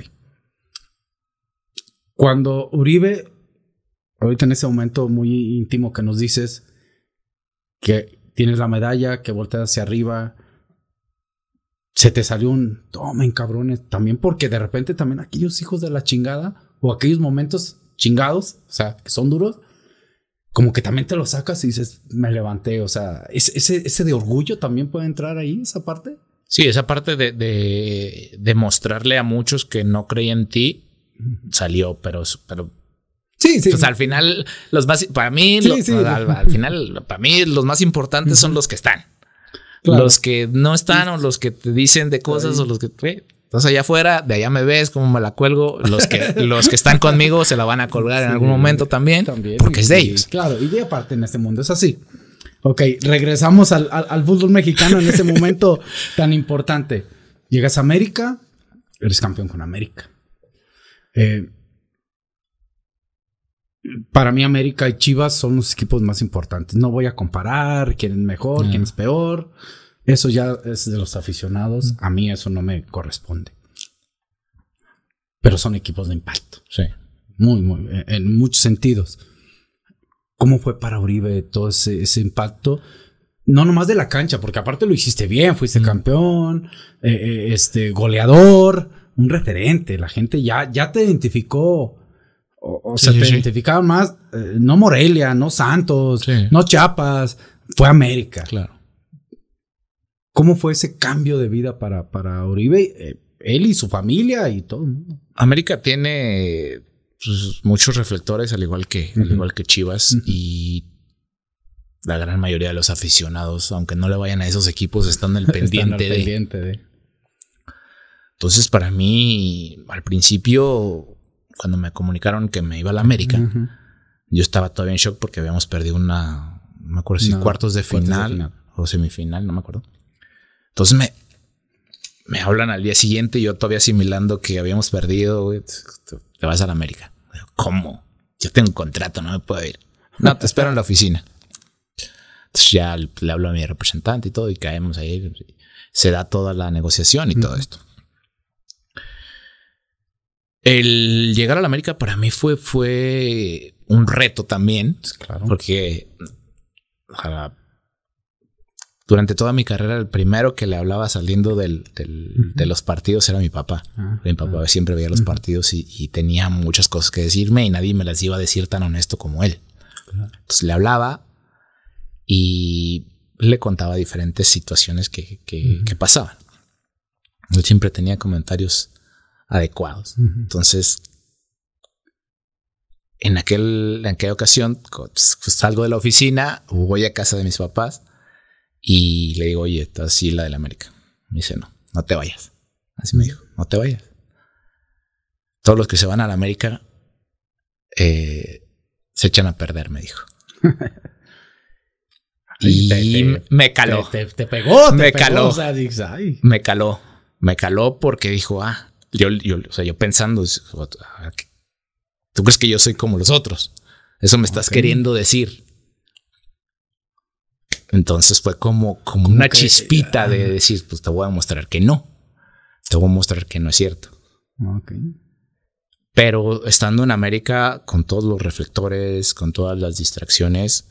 Cuando Uribe, ahorita en ese momento muy íntimo que nos dices que tienes la medalla, que volteas hacia arriba, se te salió un tomen cabrones, también porque de repente también aquellos hijos de la chingada o aquellos momentos chingados, o sea, que son duros, como que también te lo sacas y dices, me levanté, o sea, ese, ese de orgullo también puede entrar ahí, esa parte. Sí, esa parte de, de, de mostrarle a muchos que no creían en ti salió, pero, pero Sí, sí. Pues al final, los más, para mí, sí, lo, sí. Al, al final, para mí, los más importantes uh-huh. son los que están. Claro. Los que no están o los que te dicen de cosas o los que... Eh, estás allá afuera, de allá me ves, cómo me la cuelgo. Los que, los que están conmigo se la van a colgar sí, en algún momento también, también porque y, es de ellos. Claro, y de aparte en este mundo es así. Ok, regresamos al, al, al fútbol mexicano en ese momento tan importante. Llegas a América, eres campeón con América. Eh, para mí América y Chivas son los equipos más importantes. No voy a comparar quién es mejor, no. quién es peor. Eso ya es de los aficionados. A mí eso no me corresponde. Pero son equipos de impacto. Sí. Muy, muy, en muchos sentidos. ¿Cómo fue para Uribe todo ese, ese impacto? No nomás de la cancha, porque aparte lo hiciste bien. Fuiste mm. campeón, eh, este, goleador, un referente. La gente ya, ya te identificó. O, o sí, sea, sí, te sí. identificaba más. Eh, no Morelia, no Santos, sí. no Chiapas. Fue América. Claro. ¿Cómo fue ese cambio de vida para, para Uribe? Eh, él y su familia y todo el mundo. América tiene pues, muchos reflectores, al igual que, uh-huh. al igual que Chivas. Uh-huh. Y la gran mayoría de los aficionados, aunque no le vayan a esos equipos, están al pendiente, están al de. pendiente de. Entonces, para mí, al principio, cuando me comunicaron que me iba a la América, uh-huh. yo estaba todavía en shock porque habíamos perdido una, no me acuerdo si no, cuartos de final, cuartos de final o semifinal, no me acuerdo. Entonces me, me hablan al día siguiente, yo todavía asimilando que habíamos perdido, güey, te, te vas a la América. ¿Cómo? Yo tengo un contrato, no me puedo ir. No, te espero en la oficina. Entonces ya le, le hablo a mi representante y todo y caemos ahí. Se da toda la negociación y uh-huh. todo esto. El llegar a la América para mí fue, fue un reto también. Claro. Porque... Ojalá, durante toda mi carrera, el primero que le hablaba saliendo del, del, uh-huh. de los partidos era mi papá. Uh-huh. Mi papá uh-huh. siempre veía los uh-huh. partidos y, y tenía muchas cosas que decirme y nadie me las iba a decir tan honesto como él. Uh-huh. Entonces le hablaba y le contaba diferentes situaciones que, que, uh-huh. que pasaban. Él siempre tenía comentarios adecuados. Uh-huh. Entonces, en, aquel, en aquella ocasión, pues, salgo de la oficina, voy a casa de mis papás. Y le digo, oye, está así la de la América. Me dice, no, no te vayas. Así me dijo, no te vayas. Todos los que se van a la América eh, se echan a perder, me dijo. y te, te, me caló. Te, te, te pegó, te me pegó, caló. O sea, dices, ay. Me caló. Me caló porque dijo, ah, yo, yo, o sea, yo pensando, ¿tú crees que yo soy como los otros? Eso me estás okay. queriendo decir. Entonces fue como, como una que, chispita uh, de decir, pues te voy a mostrar que no. Te voy a mostrar que no es cierto. Ok. Pero estando en América, con todos los reflectores, con todas las distracciones,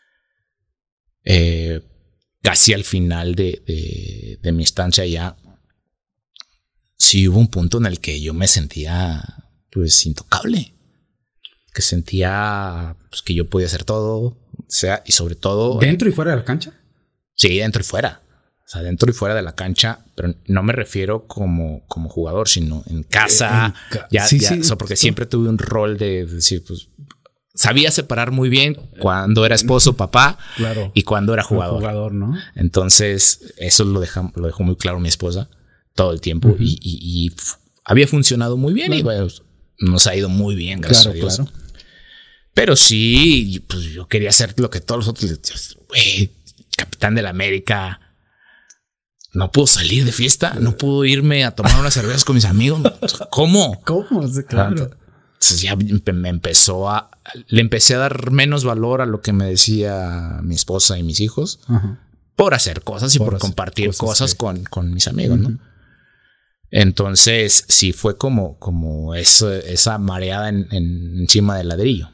eh, casi al final de, de, de mi estancia ya, sí hubo un punto en el que yo me sentía pues intocable. Que sentía pues, que yo podía hacer todo. O sea, y sobre todo... ¿Dentro y fuera de la cancha? Sí, dentro y fuera. O sea, dentro y fuera de la cancha. Pero no me refiero como, como jugador, sino en casa. En ca- ya, sí, ya, sí, o sea, porque sí. siempre tuve un rol de decir, pues... Sabía separar muy bien cuando era esposo, papá. Claro. Y cuando era jugador. jugador, ¿no? Entonces, eso lo, deja, lo dejó muy claro mi esposa todo el tiempo. Uh-huh. Y, y, y f- había funcionado muy bien. Claro. Y bueno, nos ha ido muy bien, gracias claro, a Dios. Claro. Pero sí, pues yo quería hacer lo que todos los otros. Güey, capitán de la América. No puedo salir de fiesta. No puedo irme a tomar unas cervezas con mis amigos. ¿Cómo? ¿Cómo? Claro. Entonces ya me empezó a... Le empecé a dar menos valor a lo que me decía mi esposa y mis hijos. Uh-huh. Por hacer cosas y por, por compartir cosas, cosas sí. con, con mis amigos, uh-huh. ¿no? Entonces sí fue como, como eso, esa mareada en, en, encima del ladrillo.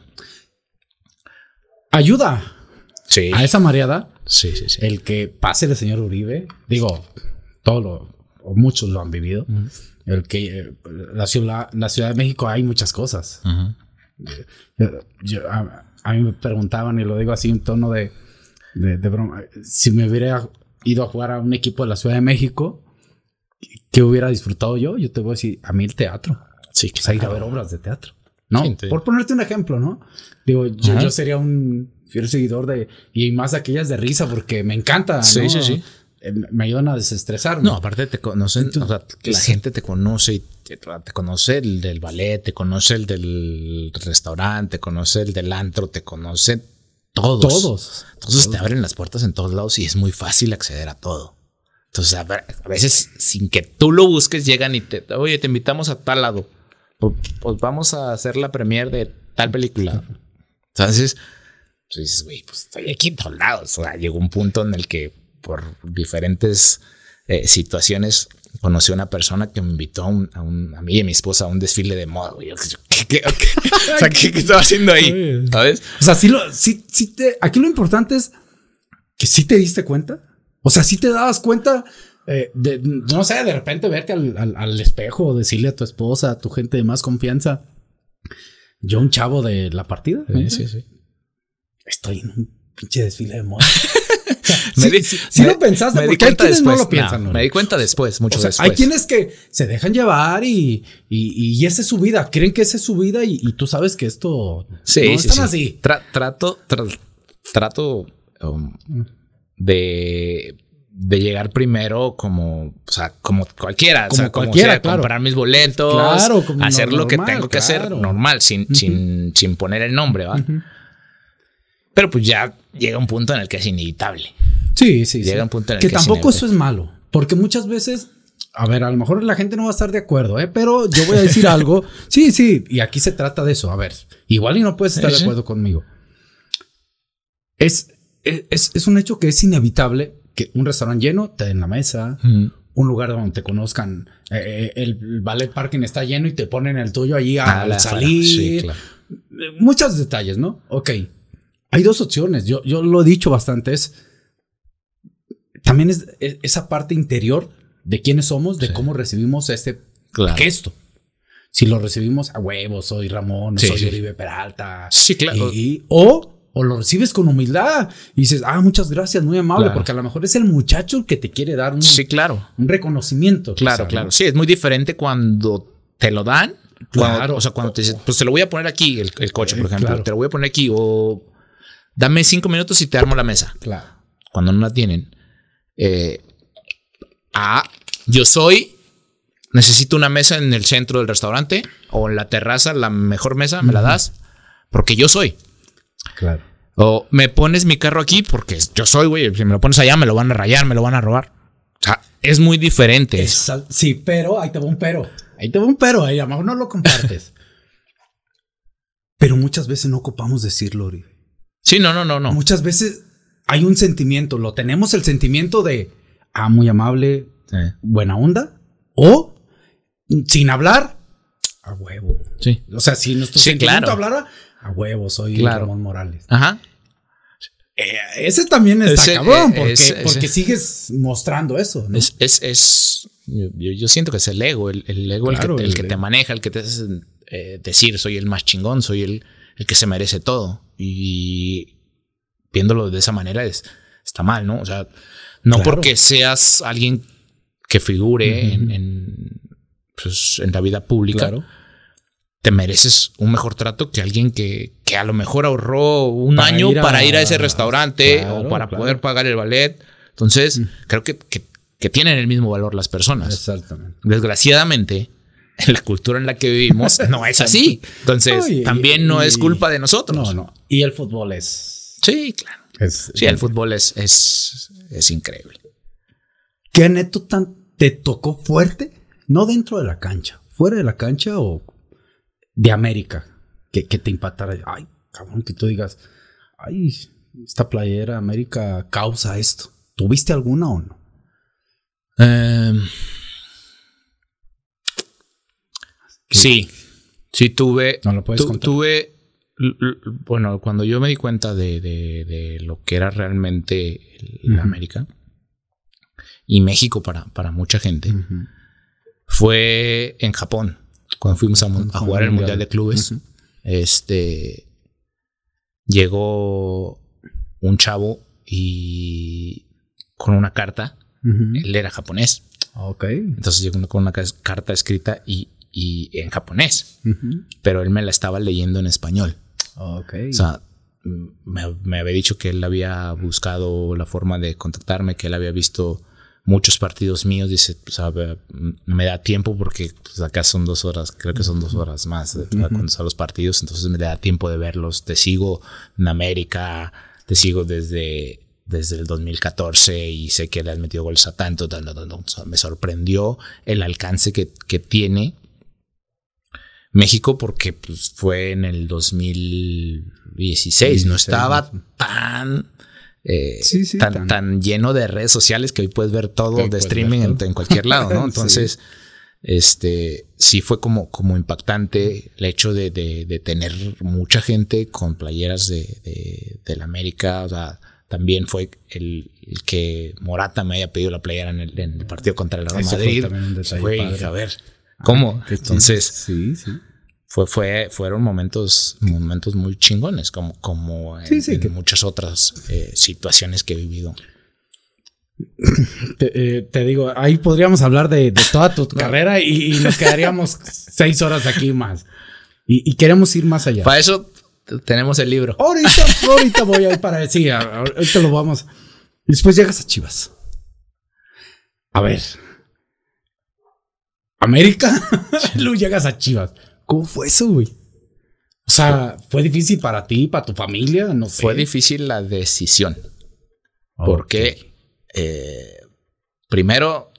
Ayuda sí. a esa mareada. Sí, sí, sí. El que pase el señor Uribe. Digo, todos lo, o muchos lo han vivido. Uh-huh. El que eh, la ciudad, la Ciudad de México hay muchas cosas. Uh-huh. Yo, yo, a, a mí me preguntaban, y lo digo así en tono de, de, de broma, si me hubiera ido a jugar a un equipo de la Ciudad de México, ¿qué hubiera disfrutado yo? Yo te voy a decir, a mí el teatro. Sí, o sea, ir a ver obras de teatro. ¿no? Sí, por ponerte un ejemplo, ¿no? Digo, yo, yo sería un fiel seguidor de... Y más aquellas de risa porque me encanta, sí, ¿no? Sí, sí, eh, me ayudan a desestresarme. No, aparte te conocen, Entonces, o sea, la sí. gente te conoce y te, te conoce el del ballet, te conoce el del restaurante, te conoce el del antro, te conoce todos. Todos. Entonces todos. te abren las puertas en todos lados y es muy fácil acceder a todo. Entonces a, ver, a veces sin que tú lo busques llegan y te, oye, te invitamos a tal lado. Pues, pues vamos a hacer la premiere de tal película. Entonces, pues dices, güey, pues estoy aquí en todos lados. O sea, llegó un punto en el que por diferentes eh, situaciones conocí a una persona que me invitó a, un, a, un, a mí y a mi esposa a un desfile de moda. Güey. ¿Qué, qué, qué? O sea, ¿qué, ¿qué estaba haciendo ahí? ¿Sabes? O sea, sí lo, sí, sí te, aquí lo importante es que sí te diste cuenta. O sea, sí te dabas cuenta eh, de, no sé, de repente verte al, al, al espejo, decirle a tu esposa, a tu gente de más confianza, yo un chavo de la partida. Sí, ¿eh? sí, sí. Estoy en un pinche desfile de moda. me sí, di, sí, sí me, lo pensaste, me porque hay quienes después, no lo piensan. No, ¿no? Me di cuenta después, mucho o sea, después. Hay quienes que se dejan llevar y, y, y esa es su vida. Creen que esa es su vida y, y tú sabes que esto sí, no sí, están sí. así. Tra, trato, tra, trato um, de, de llegar primero como, o sea, como cualquiera. Como o sea, cualquiera, como sea, claro. comprar mis boletos, claro, como hacer normal, lo que tengo que claro. hacer normal, sin, uh-huh. sin, sin poner el nombre, ¿va? Uh-huh. Pero pues ya llega un punto en el que es inevitable. Sí, sí, llega sí. un punto en el que, que tampoco es eso es malo, porque muchas veces, a ver, a lo mejor la gente no va a estar de acuerdo, ¿eh? Pero yo voy a decir algo. Sí, sí, y aquí se trata de eso. A ver, igual y no puedes estar sí, de acuerdo sí. conmigo. Es, es, es un hecho que es inevitable que un restaurante lleno te den la mesa, uh-huh. un lugar donde te conozcan, eh, el ballet parking está lleno y te ponen el tuyo allí a, al salir. Sí, claro. Muchos detalles, ¿no? Ok. Hay dos opciones. Yo, yo lo he dicho bastante. Es también es, es esa parte interior de quiénes somos, de sí. cómo recibimos este claro. gesto. Si lo recibimos a huevo, soy Ramón, sí, soy sí. Oribe Peralta. Sí, claro. Y, o, o lo recibes con humildad y dices, ah, muchas gracias, muy amable, claro. porque a lo mejor es el muchacho que te quiere dar un, sí, claro. un reconocimiento. Claro, quizá, claro. ¿no? Sí, es muy diferente cuando te lo dan. Claro. Cuando, o sea, cuando te dicen, pues te lo voy a poner aquí, el, el coche, por ejemplo. Claro. Te lo voy a poner aquí o dame cinco minutos y te armo la mesa. Claro. Cuando no la tienen. Eh, ah, yo soy, necesito una mesa en el centro del restaurante o en la terraza, la mejor mesa, me uh-huh. la das porque yo soy. Claro. O me pones mi carro aquí porque yo soy, güey. Si me lo pones allá, me lo van a rayar, me lo van a robar. O sea, es muy diferente. Es, sí, pero ahí te va un pero. Ahí te va un pero. Ahí a lo mejor no lo compartes. Pero muchas veces no ocupamos decirlo, Ori. Sí, no, no, no, no. Muchas veces hay un sentimiento. Lo tenemos el sentimiento de, ah, muy amable, sí. buena onda. O, sin hablar, a huevo. Sí. O sea, si nuestro sí, sentimiento claro. hablara, a huevo, soy claro. Ramón Morales. Ajá. Eh, ese también está ese, cabrón, porque, ese, porque ese, sigues mostrando eso, ¿no? Es, es, es yo, yo siento que es el ego, el, el ego claro, el que, el el que ego. te maneja, el que te hace eh, decir soy el más chingón, soy el, el que se merece todo. Y viéndolo de esa manera es, está mal, ¿no? O sea, no claro. porque seas alguien que figure uh-huh. en, en, pues, en la vida pública, claro. te mereces un mejor trato que alguien que, que a lo mejor ahorró un para año ir a, para ir a ese restaurante claro, o para claro. poder pagar el ballet. Entonces, uh-huh. creo que, que, que tienen el mismo valor las personas. Exactamente. Desgraciadamente, en la cultura en la que vivimos no es así. Entonces, Ay, también y, no es culpa de nosotros. No, no. Y el fútbol es... Sí, claro. Es, sí, el fútbol es, es, es increíble. ¿Qué anécdota te tocó fuerte? No dentro de la cancha, fuera de la cancha o de América, que, que te impactara. Ay, cabrón, que tú digas, ay, esta playera América causa esto. ¿Tuviste alguna o no? Um, sí, sí tuve. No lo puedes tu, contar. Tuve, bueno, cuando yo me di cuenta de, de, de lo que era realmente el, uh-huh. América y México para, para mucha gente, uh-huh. fue en Japón, cuando fuimos a, a jugar el Mundial de Clubes. Uh-huh. Este llegó un chavo y con una carta. Uh-huh. Él era japonés. Ok. Entonces llegó con una carta escrita y, y en japonés. Uh-huh. Pero él me la estaba leyendo en español. Okay. O sea, me, me había dicho que él había buscado la forma de contactarme, que él había visto muchos partidos míos. Dice, o sea, me da tiempo porque pues, acá son dos horas, creo que son dos horas más uh-huh. cuando son los partidos. Entonces me da tiempo de verlos. Te sigo en América, te sigo desde... desde el dos mil catorce y sé que le has metido goles a tanto, tanto, tanto. O sea, me sorprendió el alcance que, que tiene México porque pues, fue en el dos mil dieciséis, no estaba tan, eh, sí, sí, tan, tan, tan lleno de redes sociales que hoy puedes ver todo de streaming en, en cualquier lado, ¿no? Entonces, sí. este, sí fue como, como impactante el hecho de, de, de tener mucha gente con playeras de, de, de la América, o sea, también fue el, el que Morata me haya pedido la playera en el, en el partido contra el Real Madrid. Fue, a ver, ¿cómo? Ah, entonces, sí, sí. Fue, fue, fueron momentos, momentos muy chingones, como, como en, sí, sí, en que... muchas otras eh, situaciones que he vivido. Te, eh, te digo, ahí podríamos hablar de, de toda tu carrera y, y nos quedaríamos seis horas aquí más. Y, y queremos ir más allá. Para eso tenemos el libro. Ahorita, ahorita voy a ir para... Sí, ahorita lo vamos. Y después llegas a Chivas. A ver. América. Luego llegas a Chivas. ¿Cómo fue eso, güey? O sea, ¿fue difícil para ti, para tu familia? No sé. Fue difícil la decisión. Okay. Porque eh, primero,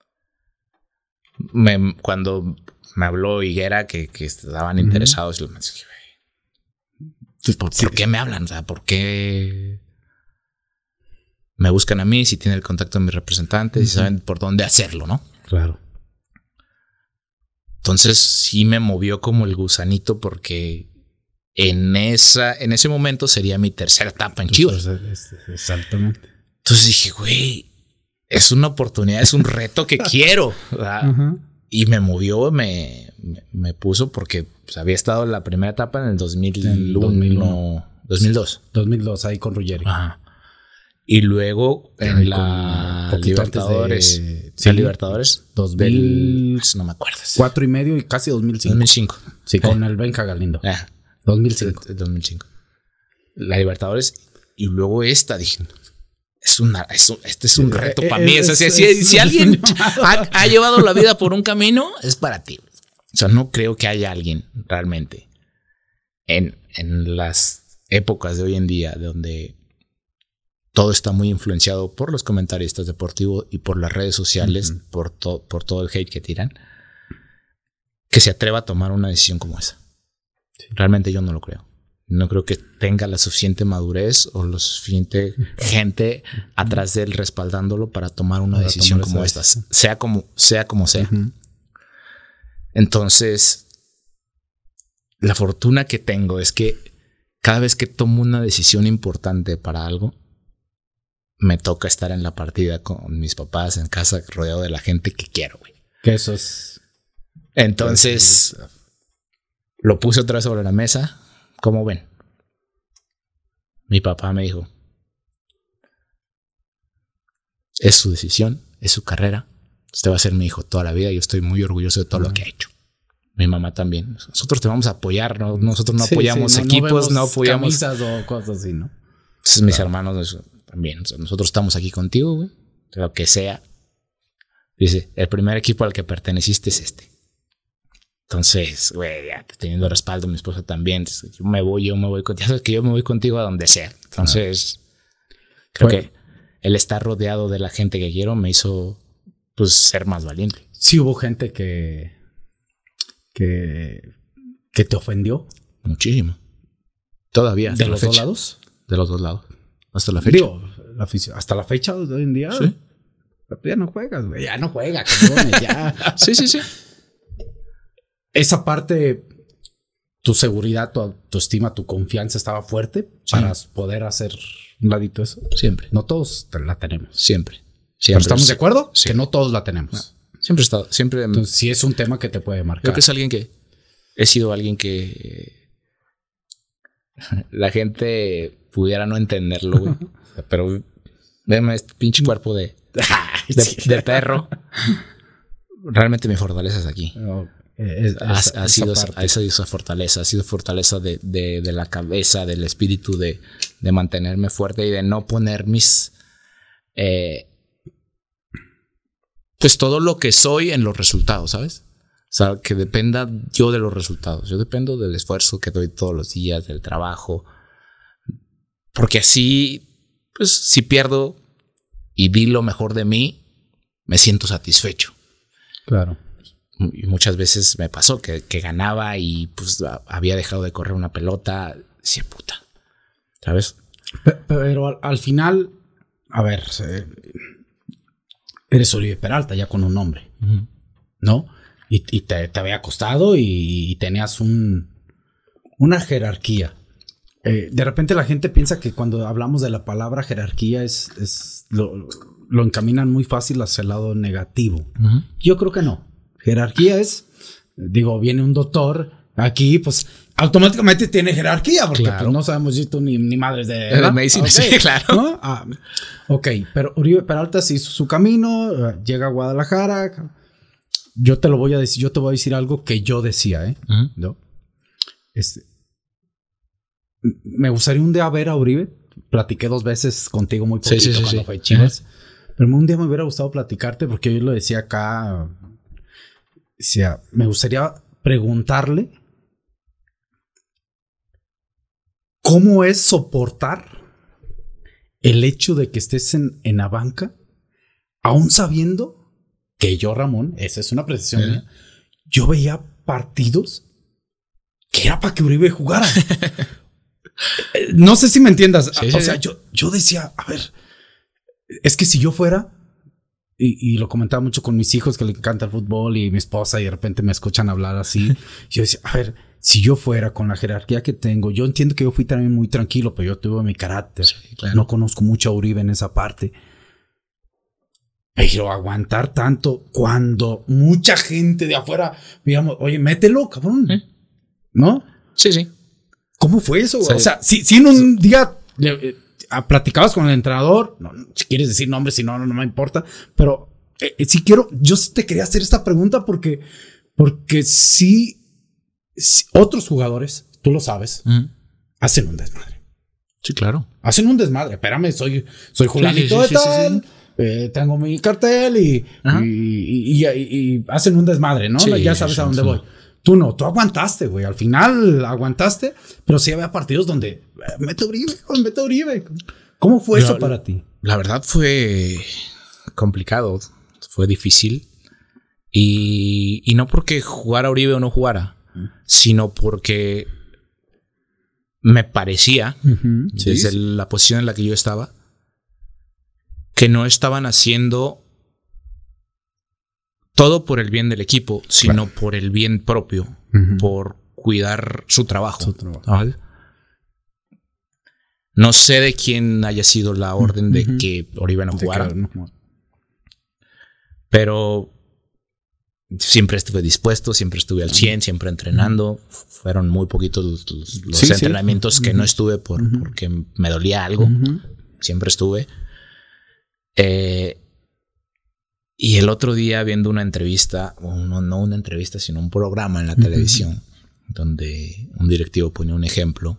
me, cuando me habló Higuera que, que estaban uh-huh. interesados, yo me dije, ¿por, ¿por qué me hablan? O sea, ¿por qué me buscan a mí si tienen el contacto de mis representantes uh-huh. y saben por dónde hacerlo, ¿no? Claro. Entonces sí me movió como el gusanito porque en esa, en ese momento sería mi tercera etapa en Chivas. Exactamente. Entonces dije, güey, es una oportunidad, es un reto que quiero. Uh-huh. Y me movió, me, me, me puso porque pues, había estado en la primera etapa en el dos mil uno, dos mil uno. dos mil dos. dos mil dos, ahí con Ruggeri. Ajá. Y luego en ahí la Libertadores. De, sí, Libertadores. dos mil. Del, no me acuerdo. Cuatro y medio y casi dos mil cinco. dos mil cinco. Sí, con eh. el Benja Galindo. Eh. dos mil cinco. dos mil cinco. La Libertadores. Y luego esta, dije. Es una, es un, este es un reto eh, para eh, mí. Es, o sea, es, si, es, si alguien ha, ha llevado la vida por un camino, es para ti. O sea, no creo que haya alguien realmente en, en las épocas de hoy en día donde todo está muy influenciado por los comentaristas deportivos y por las redes sociales, uh-huh. por, to, por todo el hate que tiran, que se atreva a tomar una decisión como esa. Sí. Realmente yo no lo creo. No creo que tenga la suficiente madurez o la suficiente gente atrás de él respaldándolo para tomar una para decisión tomar como esta, sea como sea. Como sea. Uh-huh. Entonces, la fortuna que tengo es que cada vez que tomo una decisión importante para algo, me toca estar en la partida con mis papás en casa, rodeado de la gente que quiero, güey. Que eso es... Entonces, lo puse otra vez sobre la mesa. ¿Cómo ven? Mi papá me dijo, es su decisión, es su carrera. Usted va a ser mi hijo toda la vida y yo estoy muy orgulloso de todo uh-huh. lo que ha hecho. Mi mamá también. Nosotros te vamos a apoyar, ¿no? Nosotros no sí, apoyamos sí, no, equipos, no, no apoyamos... camisas o cosas así, ¿no? Entonces mis claro. hermanos también. O sea, nosotros estamos aquí contigo, güey. Lo que sea. Dice, el primer equipo al que perteneciste es este. Entonces, güey, ya teniendo respaldo, mi esposa también. Yo me voy, yo me voy contigo. Ya sabes que yo me voy contigo a donde sea. Entonces, ah. creo bueno. que el estar rodeado de la gente que quiero me hizo, pues, ser más valiente. Sí hubo gente que, que, que te ofendió. Muchísimo. Todavía. ¿De los dos lados? De los dos lados. Hasta la fecha. Digo, la hasta la fecha de hoy en día. Sí. Ya no juegas, güey. Ya no juega, cabrón, ya. Sí, sí, sí. Esa parte, tu seguridad, tu autoestima, tu confianza estaba fuerte sí. para poder hacer un ladito eso. Siempre. No todos la tenemos. Siempre. Siempre. Pero estamos sí. de acuerdo sí. que no todos la tenemos. No. Siempre he estado. Siempre. Entonces, sí es un tema que te puede marcar. Creo que es alguien que he sido alguien que la gente pudiera no entenderlo, güey. Pero veme este pinche cuerpo de, de, de perro. Realmente mi fortaleza es aquí. Oh. Es, ha, es, ha, sido, ha sido esa fortaleza, ha sido fortaleza de, de, de la cabeza, del espíritu, de, de mantenerme fuerte y de no poner mis... Eh, pues todo lo que soy en los resultados, ¿sabes? O sea, que dependa yo de los resultados. Yo dependo del esfuerzo que doy todos los días, del trabajo. Porque así, pues si pierdo y di lo mejor de mí, me siento satisfecho. Claro. Y muchas veces me pasó que, que ganaba y pues había dejado de correr una pelota. Decía, puta, ¿sabes? Pero, pero al, al final, a ver, eh, eres Oribe Peralta ya con un nombre, uh-huh. ¿no? Y, y te, te había costado y, y tenías un, una jerarquía. Eh, de repente la gente piensa que cuando hablamos de la palabra jerarquía es, es lo, lo encaminan muy fácil hacia el lado negativo. Uh-huh. Yo creo que no. Jerarquía es, digo, viene un doctor aquí, pues automáticamente tiene jerarquía, porque claro. pues, no sabemos si tú ni, ni madres de, de medicina. Okay. Sí, claro. ¿No? Ah, ok, pero Oribe Peralta se hizo su camino, llega a Guadalajara. Yo te lo voy a decir, yo te voy a decir algo que yo decía, ¿eh? Uh-huh. ¿No? Este, me gustaría un día ver a Oribe. Platiqué dos veces contigo muy poquito sí, sí, sí, cuando sí. fue Chivas. Uh-huh. Pero un día me hubiera gustado platicarte porque yo lo decía acá. Decía, me gustaría preguntarle cómo es soportar el hecho de que estés en, en la banca, aún sabiendo que yo, Ramón, esa es una apreciación uh-huh. mía, yo veía partidos que era para que Oribe jugara. No sé si me entiendas. Sí, o sí, sea, sí. Yo, yo decía, a ver, es que si yo fuera, y, y lo comentaba mucho con mis hijos que le encanta el fútbol y mi esposa, y de repente me escuchan hablar así. Yo decía, a ver, si yo fuera con la jerarquía que tengo, yo entiendo que yo fui también muy tranquilo, pero yo tuve mi carácter. Sí, claro. No conozco mucho a Oribe en esa parte. Pero aguantar tanto cuando mucha gente de afuera, digamos, oye, mételo, cabrón. ¿Eh? ¿No? Sí, sí. ¿Cómo fue eso? Sí. O sea, si, si en un día le, eh, platicabas con el entrenador, no, si quieres decir nombres, si no, no, no me importa, pero eh, si quiero, yo te quería hacer esta pregunta porque, porque si, si otros jugadores, tú lo sabes, uh-huh. hacen un desmadre. Sí, claro. Hacen un desmadre. Espérame, soy, soy Julanito sí, sí, sí, de tal. Sí, sí, sí. Eh, tengo mi cartel y, y, y, y, y, y hacen un desmadre, ¿no? Sí, ya sabes sí, a dónde sí. voy. Tú no, tú aguantaste, güey. Al final aguantaste, pero sí había partidos donde eh, mete Oribe, mete Oribe. ¿Cómo fue Yo, eso para ti? La verdad fue complicado, fue difícil. Y, y no porque jugara Oribe o no jugara, uh-huh. sino porque me parecía, uh-huh. desde sí. la posición en la que yo estaba, que no estaban haciendo todo por el bien del equipo, sino claro. por el bien propio, uh-huh. por cuidar su trabajo. Su trabajo. ¿Vale? No sé de quién haya sido la orden uh-huh. de que Oribe no jugara, que, no. pero siempre estuve dispuesto, siempre estuve al cien, siempre entrenando. Uh-huh. Fueron muy poquitos los, los, los sí, entrenamientos sí. que uh-huh. no estuve por, uh-huh. porque me dolía algo. Uh-huh. Siempre estuve. Eh, y el otro día viendo una entrevista, no, no una entrevista, sino un programa en la uh-huh. televisión, donde un directivo ponía un ejemplo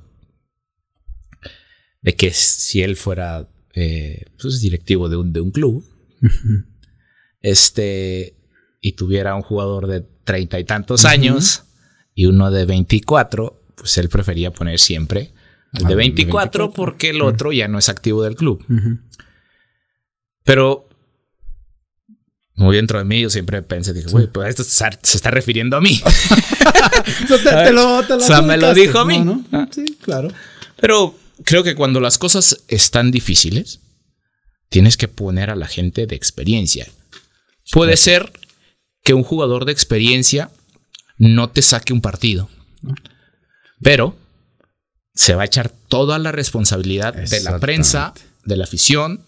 de que si él fuera eh, pues directivo de un, de un club, uh-huh. este, y tuviera un jugador de treinta y tantos uh-huh. años y uno de veinticuatro, pues él prefería poner siempre el de veinticuatro porque el otro ya no es activo del club. Uh-huh. Pero muy dentro de mí yo siempre pensé, dije, güey, pues esto se está refiriendo a mí. te, te lo, te lo o sea, me lo dijo a mí. No, no. Ah. Sí, claro. Pero creo que cuando las cosas están difíciles, tienes que poner a la gente de experiencia. Puede claro. ser que un jugador de experiencia no te saque un partido, pero se va a echar toda la responsabilidad de la prensa, de la afición,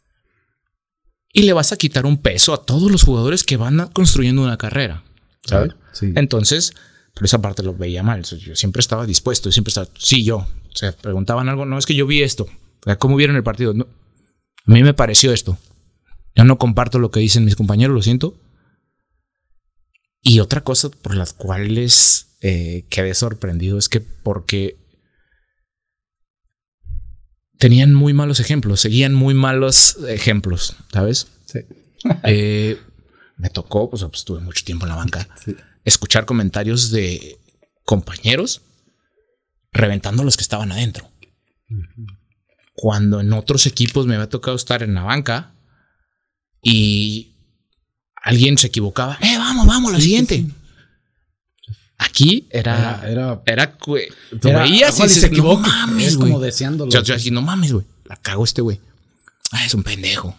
y le vas a quitar un peso a todos los jugadores que van construyendo una carrera, ¿sabes? Sí. Entonces, por esa parte lo veía mal. Yo siempre estaba dispuesto, siempre estaba, sí, yo. O sea, preguntaban algo, no, es que yo vi esto. O sea, ¿cómo vieron el partido? No, a mí me pareció esto. Yo no comparto lo que dicen mis compañeros, lo siento. Y otra cosa por las cuales eh, quedé sorprendido es que porque tenían muy malos ejemplos, seguían muy malos ejemplos, ¿sabes? Sí. eh, me tocó, pues, pues estuve mucho tiempo en la banca, sí. escuchar comentarios de compañeros reventando a los que estaban adentro. Uh-huh. Cuando en otros equipos me había tocado estar en la banca y alguien se equivocaba. Eh, vamos, vamos, lo sí, siguiente. Sí, sí. Aquí era. Era. Era. era, güey, era veías si se, se equivoca. No mames, es güey. Como deseándolo. O sea, yo así, no mames, güey. La cago este güey. Ah, es un pendejo.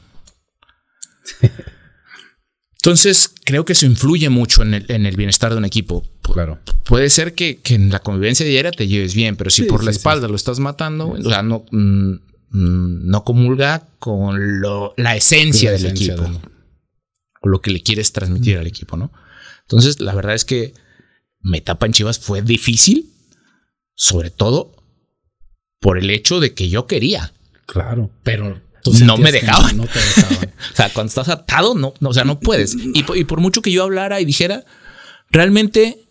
Entonces, creo que eso influye mucho en el, en el bienestar de un equipo. Claro. Puede ser que, que en la convivencia diaria te lleves bien, pero si sí, por la sí, espalda sí. lo estás matando, güey, o sea, no, mm, no comulga con lo, la esencia la del esencia equipo. De... o lo que le quieres transmitir mm. al equipo, ¿no? Entonces, la verdad es que mi etapa en Chivas fue difícil, sobre todo por el hecho de que yo quería. Claro, pero no me dejaban. No te dejaban. O sea, cuando estás atado, no, no, o sea, no puedes. Y, y por mucho que yo hablara y dijera, realmente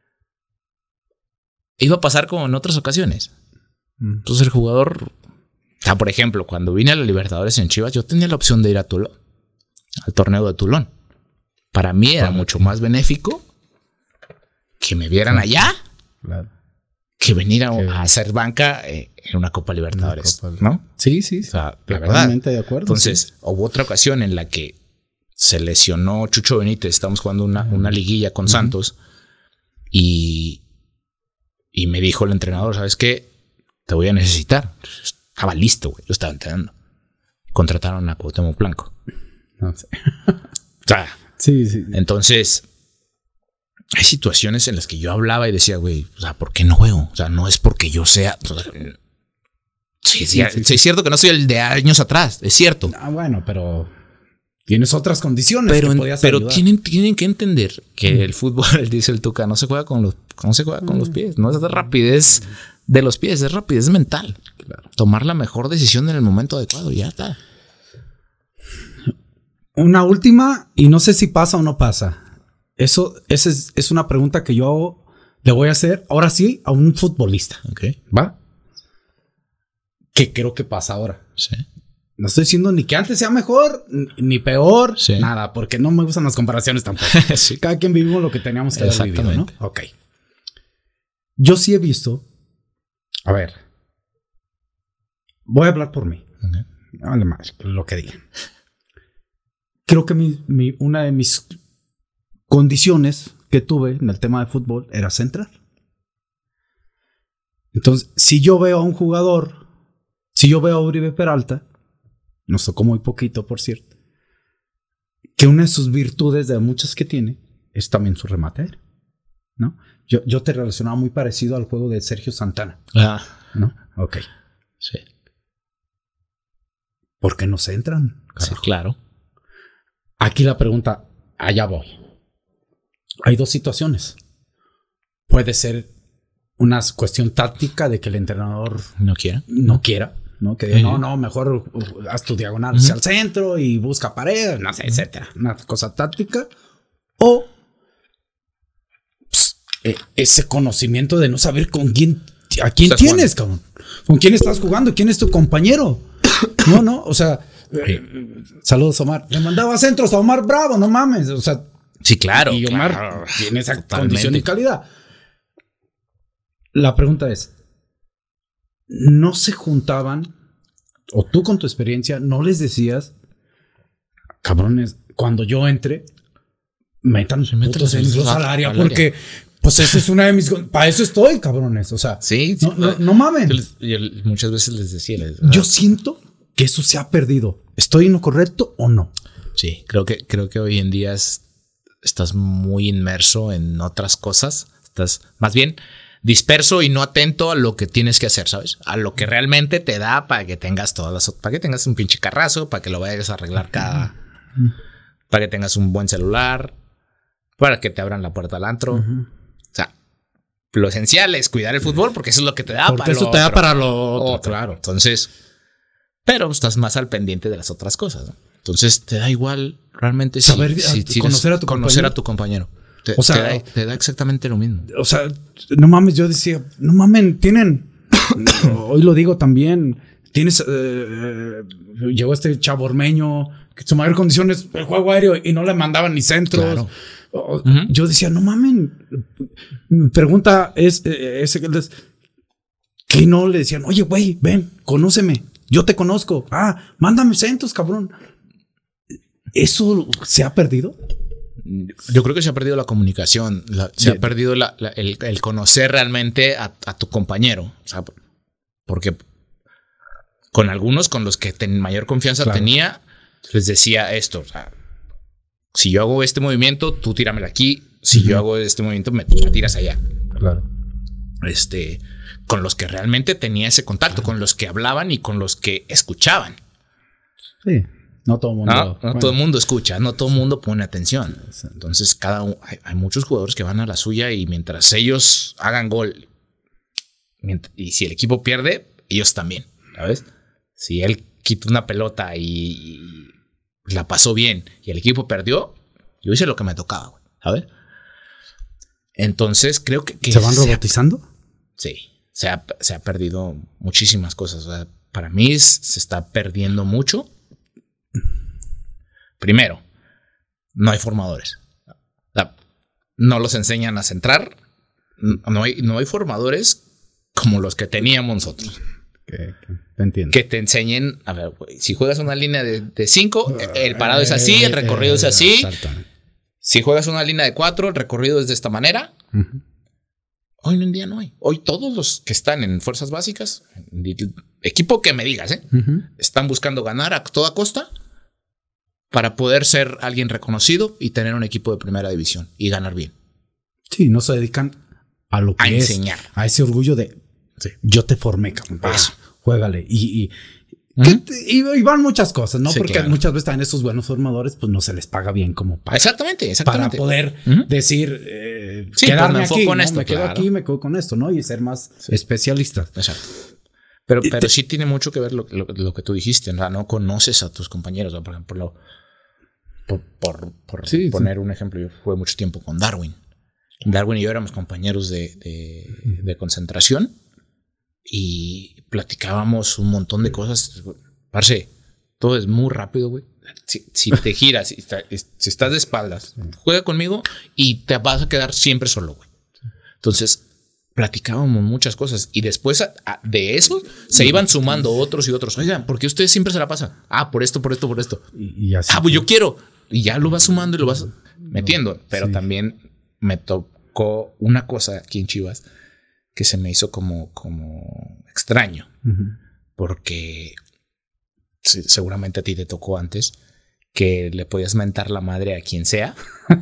iba a pasar como en otras ocasiones. Mm. Entonces, el jugador, o sea, por ejemplo, cuando vine a la Libertadores en Chivas, yo tenía la opción de ir a Tulón, al torneo de Tulón. Para mí era claro. mucho más benéfico que me vieran claro. allá claro. que venir a, a hacer banca eh, en una Copa Libertadores, una Copa, ¿no? Sí, sí. O sea, la verdad. De acuerdo. Entonces, sí. hubo otra ocasión en la que se lesionó Chucho Benítez. Estamos jugando una, una liguilla con uh-huh. Santos y, y me dijo el entrenador, ¿sabes qué? Te voy a necesitar. Estaba listo, güey. Yo estaba entrenando. Contrataron a Cuauhtémoc Blanco. No sé. O sea, sí, sí. Entonces, hay situaciones en las que yo hablaba y decía, güey, o sea, ¿por qué no juego? O sea, no es porque yo sea... O sea, sí, sí, sí, sí, sí, es cierto que no soy el de años atrás, es cierto. Ah, bueno, pero tienes otras condiciones. Pero, que podías pero tienen, tienen que entender que mm. el fútbol, dice el Tuca, no se juega con los, no se juega con mm. los pies. No es de rapidez de los pies, es rapidez mental. Claro. Tomar la mejor decisión en el momento adecuado, ya está. Una última, y no sé si pasa o no pasa. Eso, esa es, es una pregunta que yo le voy a hacer, ahora sí, a un futbolista. Ok. ¿Va? Que creo que pasa ahora. Sí. No estoy diciendo ni que antes sea mejor, ni peor, sí. nada, porque no me gustan las comparaciones tampoco. sí. Cada quien vivimos lo que teníamos que haber vivido, ¿no? Ok. Yo sí he visto, a ver, voy a hablar por mí. Okay. Vale, madre, lo que digan. Creo que mi, mi, una de mis condiciones que tuve en el tema de fútbol era centrar. Entonces, si yo veo a un jugador, si yo veo a Uribe Peralta, nos tocó muy poquito, por cierto, que una de sus virtudes, de muchas que tiene, es también su remate aéreo, ¿no? Yo, yo te relacionaba muy parecido al juego de Sergio Santana. Ah. ¿No? Ok. Sí. ¿Por qué no centran? Sí, claro. Aquí la pregunta, allá voy. Hay dos situaciones. Puede ser una cuestión táctica de que el entrenador no quiera, no quiera, ¿no? Que diga, uh-huh. no, no, mejor haz tu diagonal uh-huh. hacia el centro y busca pared, no sé, etcétera. Una cosa táctica. O pues, eh, ese conocimiento de no saber con quién, a quién tienes, cabrón. Con quién estás jugando, quién es tu compañero. No, no, o sea, eh, saludos, Omar. Le mandaba centros a Omar Bravo, no mames, o sea. Sí, claro. Y Omar claro, tiene esa totalmente. Condición y calidad. La pregunta es, ¿no se juntaban, o tú con tu experiencia, no les decías, cabrones, cuando yo entre, metan putos centros al área, porque pues eso es una de mis... Para eso estoy, cabrones, o sea, sí, no, no, no mamen. Yo, les, yo muchas veces les decía... Les, yo siento que eso se ha perdido. ¿Estoy en lo correcto o no? Sí, creo que, creo que hoy en día es, estás muy inmerso en otras cosas. Estás más bien disperso y no atento a lo que tienes que hacer, ¿sabes? A lo que realmente te da para que tengas todas las... Para que tengas un pinche carrazo, para que lo vayas a arreglar cada... Para que tengas un buen celular, para que te abran la puerta al antro. Uh-huh. O sea, lo esencial es cuidar el fútbol porque eso es lo que te da porque para eso lo te da otro. para lo otro, otro. Claro. Entonces, pero estás más al pendiente de las otras cosas, ¿no? Entonces te da igual realmente saber si, a, si, si conocer, a tu, conocer a tu compañero. Te, o sea, te, da, te da exactamente lo mismo. O sea, no mames, yo decía, no mames, tienen, hoy lo digo también, tienes, eh, llegó este chavo ormeño, que su mayor condición es el juego aéreo y no le mandaban ni centros. Claro. O, uh-huh. Yo decía, no mames, mi pregunta es, eh, es que no le decían, oye, güey, ven, conóceme, yo te conozco, ah, mándame centros, cabrón. ¿Eso se ha perdido? Yo creo que se ha perdido la comunicación, la, se Bien. ha perdido la, la, el, el conocer realmente a, a tu compañero. O sea, porque con algunos con los que ten, mayor confianza claro. tenía, les decía esto. O sea, si yo hago este movimiento, tú tíramelo aquí. Si uh-huh. yo hago este movimiento, me, me tiras allá. Claro. Este, con los que realmente tenía ese contacto, claro. con los que hablaban y con los que escuchaban. Sí. No todo el mundo. No, no bueno. todo el mundo escucha, no todo el mundo pone atención. Entonces, cada uno, hay, hay muchos jugadores que van a la suya y mientras ellos hagan gol y si el equipo pierde, ellos también, ¿sabes? Si él quita una pelota y, y la pasó bien y el equipo perdió, yo hice lo que me tocaba, ¿sabes? Entonces, creo que... que ¿Se van robotizando? Se ha, sí, se ha, se ha perdido muchísimas cosas. O sea, para mí se está perdiendo mucho. Primero, no hay formadores. No los enseñan a centrar. No hay, no hay formadores como los que teníamos nosotros. Que, que te entiendo. Que te enseñen, a ver, si juegas una línea de cinco, el parado es así, el recorrido es así. Si juegas una línea de cuatro, el recorrido es de esta manera. Uh-huh. Hoy en día no hay. Hoy todos los que están en fuerzas básicas, equipo que me digas, ¿eh? Uh-huh. están buscando ganar a toda costa para poder ser alguien reconocido y tener un equipo de primera división y ganar bien. Sí, no se dedican a lo que a es, enseñar. A ese orgullo de sí. yo te formé, cabrón. Ah, juégale. Y, y, ¿Mm? que, y, y van muchas cosas, ¿no? Sí, porque claro. muchas veces también estos buenos formadores, pues no se les paga bien como para. Exactamente, exactamente. Para poder ¿Mm? decir, eh, sí, quedarme pues me aquí, con ¿no? esto, me quedo claro. aquí, me quedo con esto, ¿no? Y ser más sí. especialistas. Exacto. Pero, pero sí tiene mucho que ver lo, lo, lo que tú dijiste, ¿no? No conoces a tus compañeros, ¿no? Por ejemplo, lo, por, por, por sí, poner sí. un ejemplo, yo jugué mucho tiempo con Darwin. Darwin y yo éramos compañeros de, de, de concentración y platicábamos un montón de cosas. Parce, todo es muy rápido, güey. Si, si te giras, si, está, si estás de espaldas, juega conmigo y te vas a quedar siempre solo, güey. Entonces, platicábamos muchas cosas y después a, a, de eso se iban sumando otros y otros. Oigan, ¿por qué ustedes siempre se la pasan? Ah, por esto, por esto, por esto. Y, y así ah, pues yo quiero. Y ya lo vas sumando y lo vas metiendo. Pero sí. también me tocó una cosa aquí en Chivas que se me hizo como, como extraño. Uh-huh. Porque sí, seguramente a ti te tocó antes que le podías mentar la madre a quien sea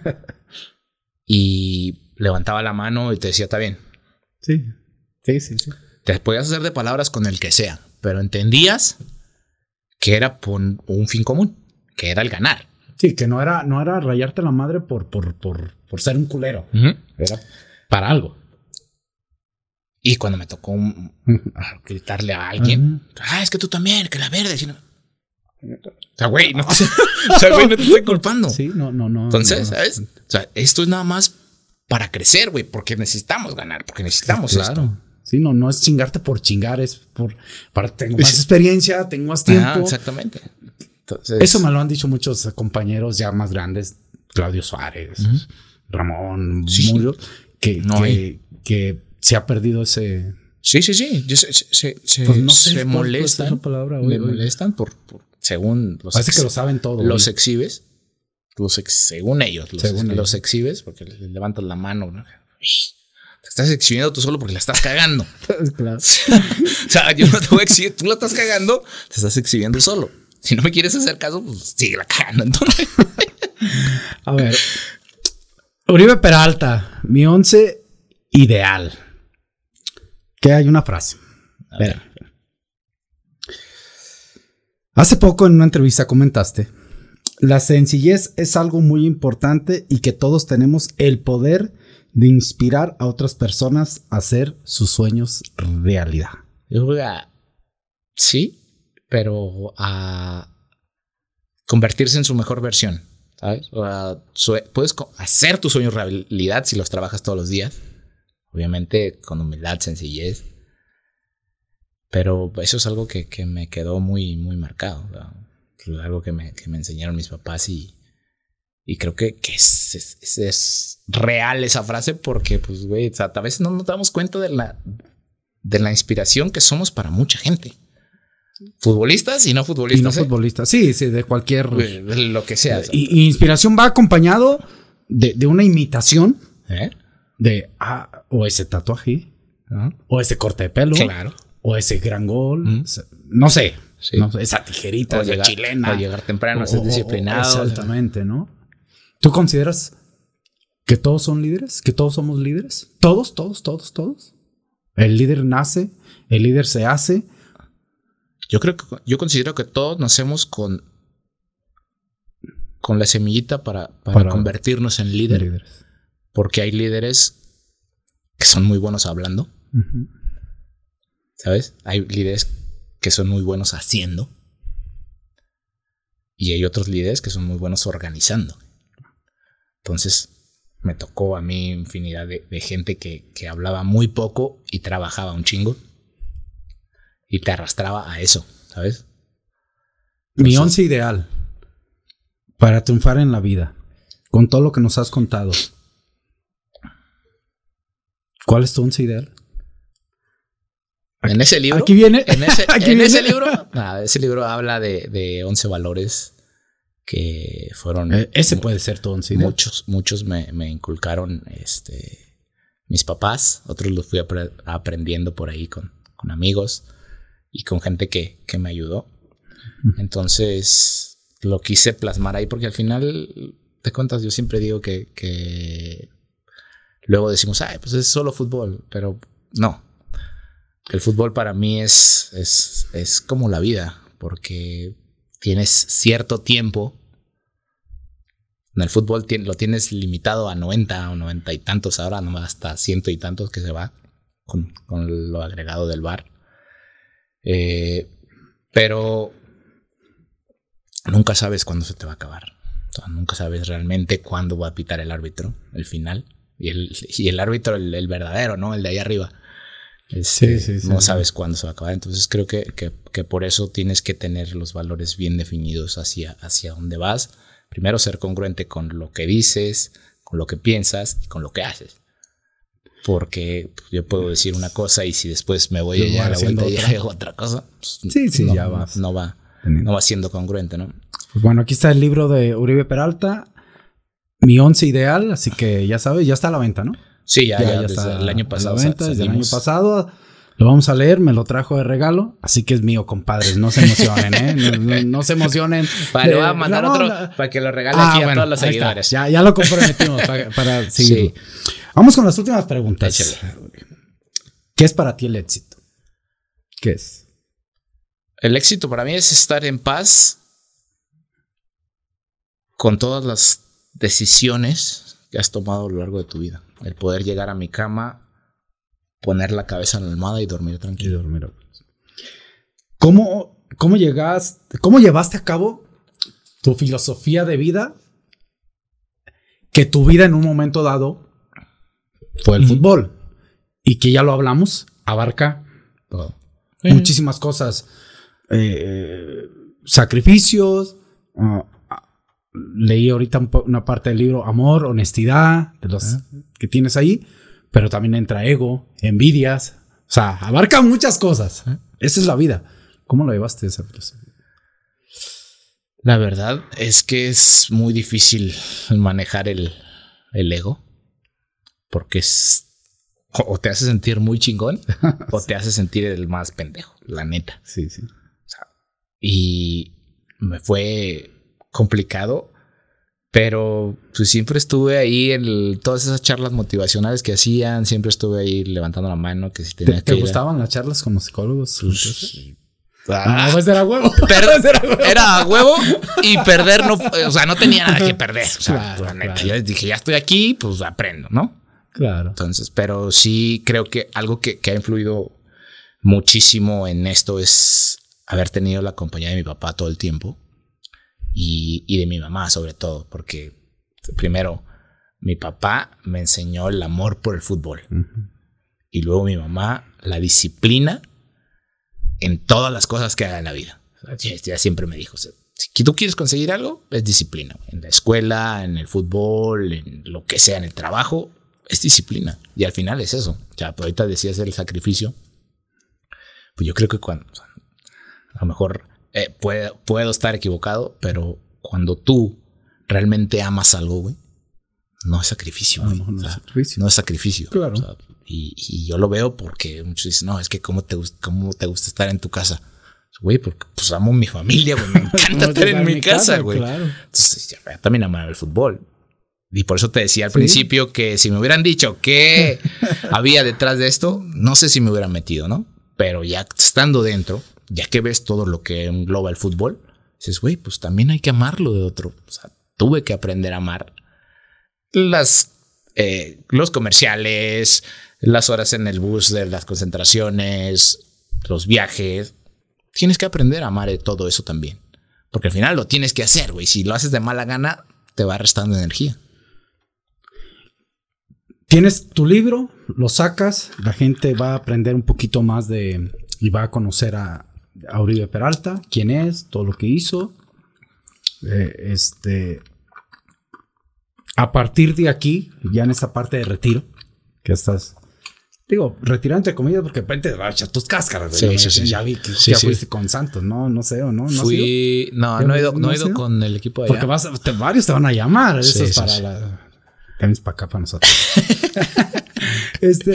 y levantaba la mano y te decía, está bien. Sí, sí, sí, sí. Te podías hacer de palabras con el que sea, pero entendías que era por un fin común, que era el ganar. Sí, que no era, no era rayarte la madre por, por, por, por ser un culero. Uh-huh. Era para algo. Y cuando me tocó un, uh-huh. gritarle a alguien, uh-huh. ah, es que tú también, que la verde. Si no... O sea, güey, no, o sea, güey, no te estoy culpando. Sí, no, no, no. Entonces, no. ¿sabes? O sea, esto es nada más para crecer, güey, porque necesitamos ganar, porque necesitamos sí, claro. esto. Sí, no, no es chingarte por chingar, es por para tengo más experiencia, tengo más tiempo. Ah, exactamente. Entonces, eso me lo han dicho muchos compañeros ya más grandes, Claudio Suárez, uh-huh. Ramón, sí. Murillo, que, no que, que se ha perdido ese. Sí, sí, sí. Se, se, se, pues no sé, se molestan. Esa palabra, hoy, molestan por, por según los parece ex, que lo saben todo. Los hoy. exhibes, los ex, según ellos, los, según los ellos. exhibes porque le levantas la mano, ¿no? Te estás exhibiendo tú solo porque la estás cagando. Claro. O sea, yo no te voy a exhibir, tú la estás cagando, te estás exhibiendo solo. Si no me quieres hacer caso, pues sigue la cagando. Entonces, a ver, Oribe Peralta, mi once ideal. Que hay una frase. A ver. Hace poco en una entrevista comentaste: la sencillez es algo muy importante y que todos tenemos el poder de inspirar a otras personas a hacer sus sueños realidad. Yo creo que sí, pero a convertirse en su mejor versión. ¿sabes? O sea, sue- puedes co- hacer tus sueños realidad si los trabajas todos los días. Obviamente con humildad, sencillez. Pero eso es algo que, que me quedó muy, muy marcado. ¿No? Algo que me, que me enseñaron mis papás y, y creo que, que es, es, es real esa frase porque, pues, güey, o sea, a veces no nos damos cuenta de la, de la inspiración que somos para mucha gente. Futbolistas y no futbolistas. Y no ¿eh? futbolistas, sí, sí, de cualquier... De, de lo que sea. Y, y inspiración va acompañado de, de una imitación ¿Eh? de, ah, o ese tatuaje, ¿no? O ese corte de pelo. Claro. O ese gran gol. Mm. No sé. Sí. No sé, esa tijerita O llegar, chilena. o llegar temprano, O- ser o- disciplinado. Exactamente, ¿no? ¿Tú consideras que todos son líderes? ¿Que todos somos líderes? ¿Todos, todos, todos, todos? El líder nace, el líder se hace. Yo creo que yo considero que todos nacemos con, con la semillita para, para, Para- convertirnos en líder. Líderes. Porque hay líderes que son muy buenos hablando, Ujú. ¿sabes? Hay líderes que son muy buenos haciendo. Y hay otros líderes que son muy buenos organizando. Entonces me tocó a mí infinidad de, de gente que, que hablaba muy poco y trabajaba un chingo. Y te arrastraba a eso, ¿sabes? Mi Entonces- once ideal para triunfar en la vida, con todo lo que nos has contado. ¿Cuál es tu once ideal? En ese libro. Aquí viene. En ese, Aquí en viene. ese libro. Nada, ese libro habla de, de once valores que fueron. Eh, ese mu- puede ser tu once ideal. Muchos, muchos me, me inculcaron este, mis papás. Otros los fui apre- aprendiendo por ahí con, con amigos y con gente que, que me ayudó. Entonces lo quise plasmar ahí porque al final de cuentas yo siempre digo que, que luego decimos, ay, pues es solo fútbol, pero no. El fútbol para mí es, es, es como la vida, porque tienes cierto tiempo. En el fútbol tien- lo tienes limitado a noventa o noventa y tantos, ahora nomás hasta ciento y tantos que se va con, con lo agregado del V A R. Eh, pero nunca sabes cuándo se te va a acabar. O sea, nunca sabes realmente cuándo va a pitar el árbitro, el final. Y el, y el árbitro, el, el verdadero, ¿no? El de ahí arriba. Este, Sí, sí, sí, no sí. sabes cuándo se va a acabar. Entonces creo que, que, que por eso tienes que tener los valores bien definidos hacia, hacia dónde vas. Primero ser congruente con lo que dices, con lo que piensas y con lo que haces. Porque pues, yo puedo decir una cosa y si después me voy Yo allá a voy la haciendo vuelta y otra. hago otra cosa, pues, Sí, sí, no, ya vas. no va, Teniendo. no va siendo congruente, ¿no? Pues bueno, aquí está el libro de Uribe Peralta, mi once ideal, así que ya sabes, ya está a la venta, ¿no? Sí, ya, Ya, ya, ya desde está el año a la pasado. venta, sa- desde el año salimos. pasado. Lo vamos a leer, me lo trajo de regalo, así que es mío, compadres, no se emocionen, ¿eh? No, no- no se emocionen. Para, le De- voy a mandar no, otro no. para que lo regale Ah, aquí a bueno, todos los ahí está. seguidores. Ya, ya lo comprometimos para, para Sí. seguirlo. Vamos con las últimas preguntas. Échale. ¿Qué es para ti el éxito? ¿Qué es? El éxito para mí es estar en paz con todas las decisiones que has tomado a lo largo de tu vida. El poder llegar a mi cama, poner la cabeza en la almohada y dormir tranquilo. ¿Cómo, cómo llegaste, cómo llevaste a cabo tu filosofía de vida? Que tu vida en un momento dado fue el Ujú. fútbol. Y que ya lo hablamos, abarca Todo. muchísimas cosas. Eh, sacrificios. uh, leí ahorita un po- una parte del libro, amor, honestidad, de los Ah. que tienes ahí. Pero también entra ego, envidias. O sea, abarca muchas cosas. Esa es la vida. ¿Cómo lo llevaste esa filosofía? La verdad es que es muy difícil manejar el, el ego. Porque es. O o te hace sentir muy chingón o te hace sentir el más pendejo, la neta. Sí, sí. Y me fue complicado, pero pues siempre estuve ahí en el- todas esas charlas motivacionales que hacían, siempre estuve ahí levantando la mano que si tenía ¿Te, que te ir a- gustaban las charlas con los psicólogos? Pues, Ah, ah, pues era huevo. per- era a huevo y perder no, o sea, no tenía nada que perder. O sea, Claro, la neta, claro. yo dije, ya estoy aquí, pues aprendo, ¿no? Claro. Entonces, pero sí creo que algo que, que ha influido muchísimo en esto es haber tenido la compañía de mi papá todo el tiempo y, y de mi mamá sobre todo, porque primero mi papá me enseñó el amor por el fútbol uh-huh. y luego mi mamá la disciplina en todas las cosas que haga en la vida. Ella siempre me dijo, si tú quieres conseguir algo, es disciplina. En la escuela, en el fútbol, en lo que sea, en el trabajo, es disciplina. Y al final es eso. O sea, ahorita decías el sacrificio. Pues yo creo que cuando, o sea, a lo mejor eh, puede, puedo estar equivocado, pero cuando tú realmente amas algo, güey, no es sacrificio. No, güey. no, no, o sea, es sacrificio. no es sacrificio. Claro. O sea, y, y yo lo veo porque muchos dicen, no, es que cómo te, cómo te gusta estar en tu casa. Güey, porque pues amo mi familia, güey. Me encanta estar en mi casa, güey. Claro. Entonces, yo también amaba el fútbol. Y por eso te decía al ¿Sí? principio que si me hubieran dicho qué había detrás de esto, no sé si me hubieran metido, ¿no? Pero ya estando dentro, ya que ves todo lo que engloba el fútbol, dices, güey, pues también hay que amarlo de otro. O sea, tuve que aprender a amar las, eh, los comerciales, las horas en el bus de las concentraciones, los viajes. Tienes que aprender a amar de todo eso también. Porque al final lo tienes que hacer, güey. Si lo haces de mala gana, te va restando energía. Tienes tu libro, lo sacas, la gente va a aprender un poquito más de... y va a conocer a, a Uribe Peralta, quién es, todo lo que hizo. Eh, este... A partir de aquí, ya en esta parte de retiro, que estás... Digo, retirado entre comillas, porque de repente vas a echar tus cáscaras. Sí, sí, sí, ya sí. vi que sí, ya sí. fuiste con Santos, ¿no? No sé, ¿o no? ¿No Fui... No, no he ido, no he ido con el equipo de allá. Porque vas, te, varios te van a llamar. Sí, Eso es sí, para sí. la... También para acá, para nosotros. este...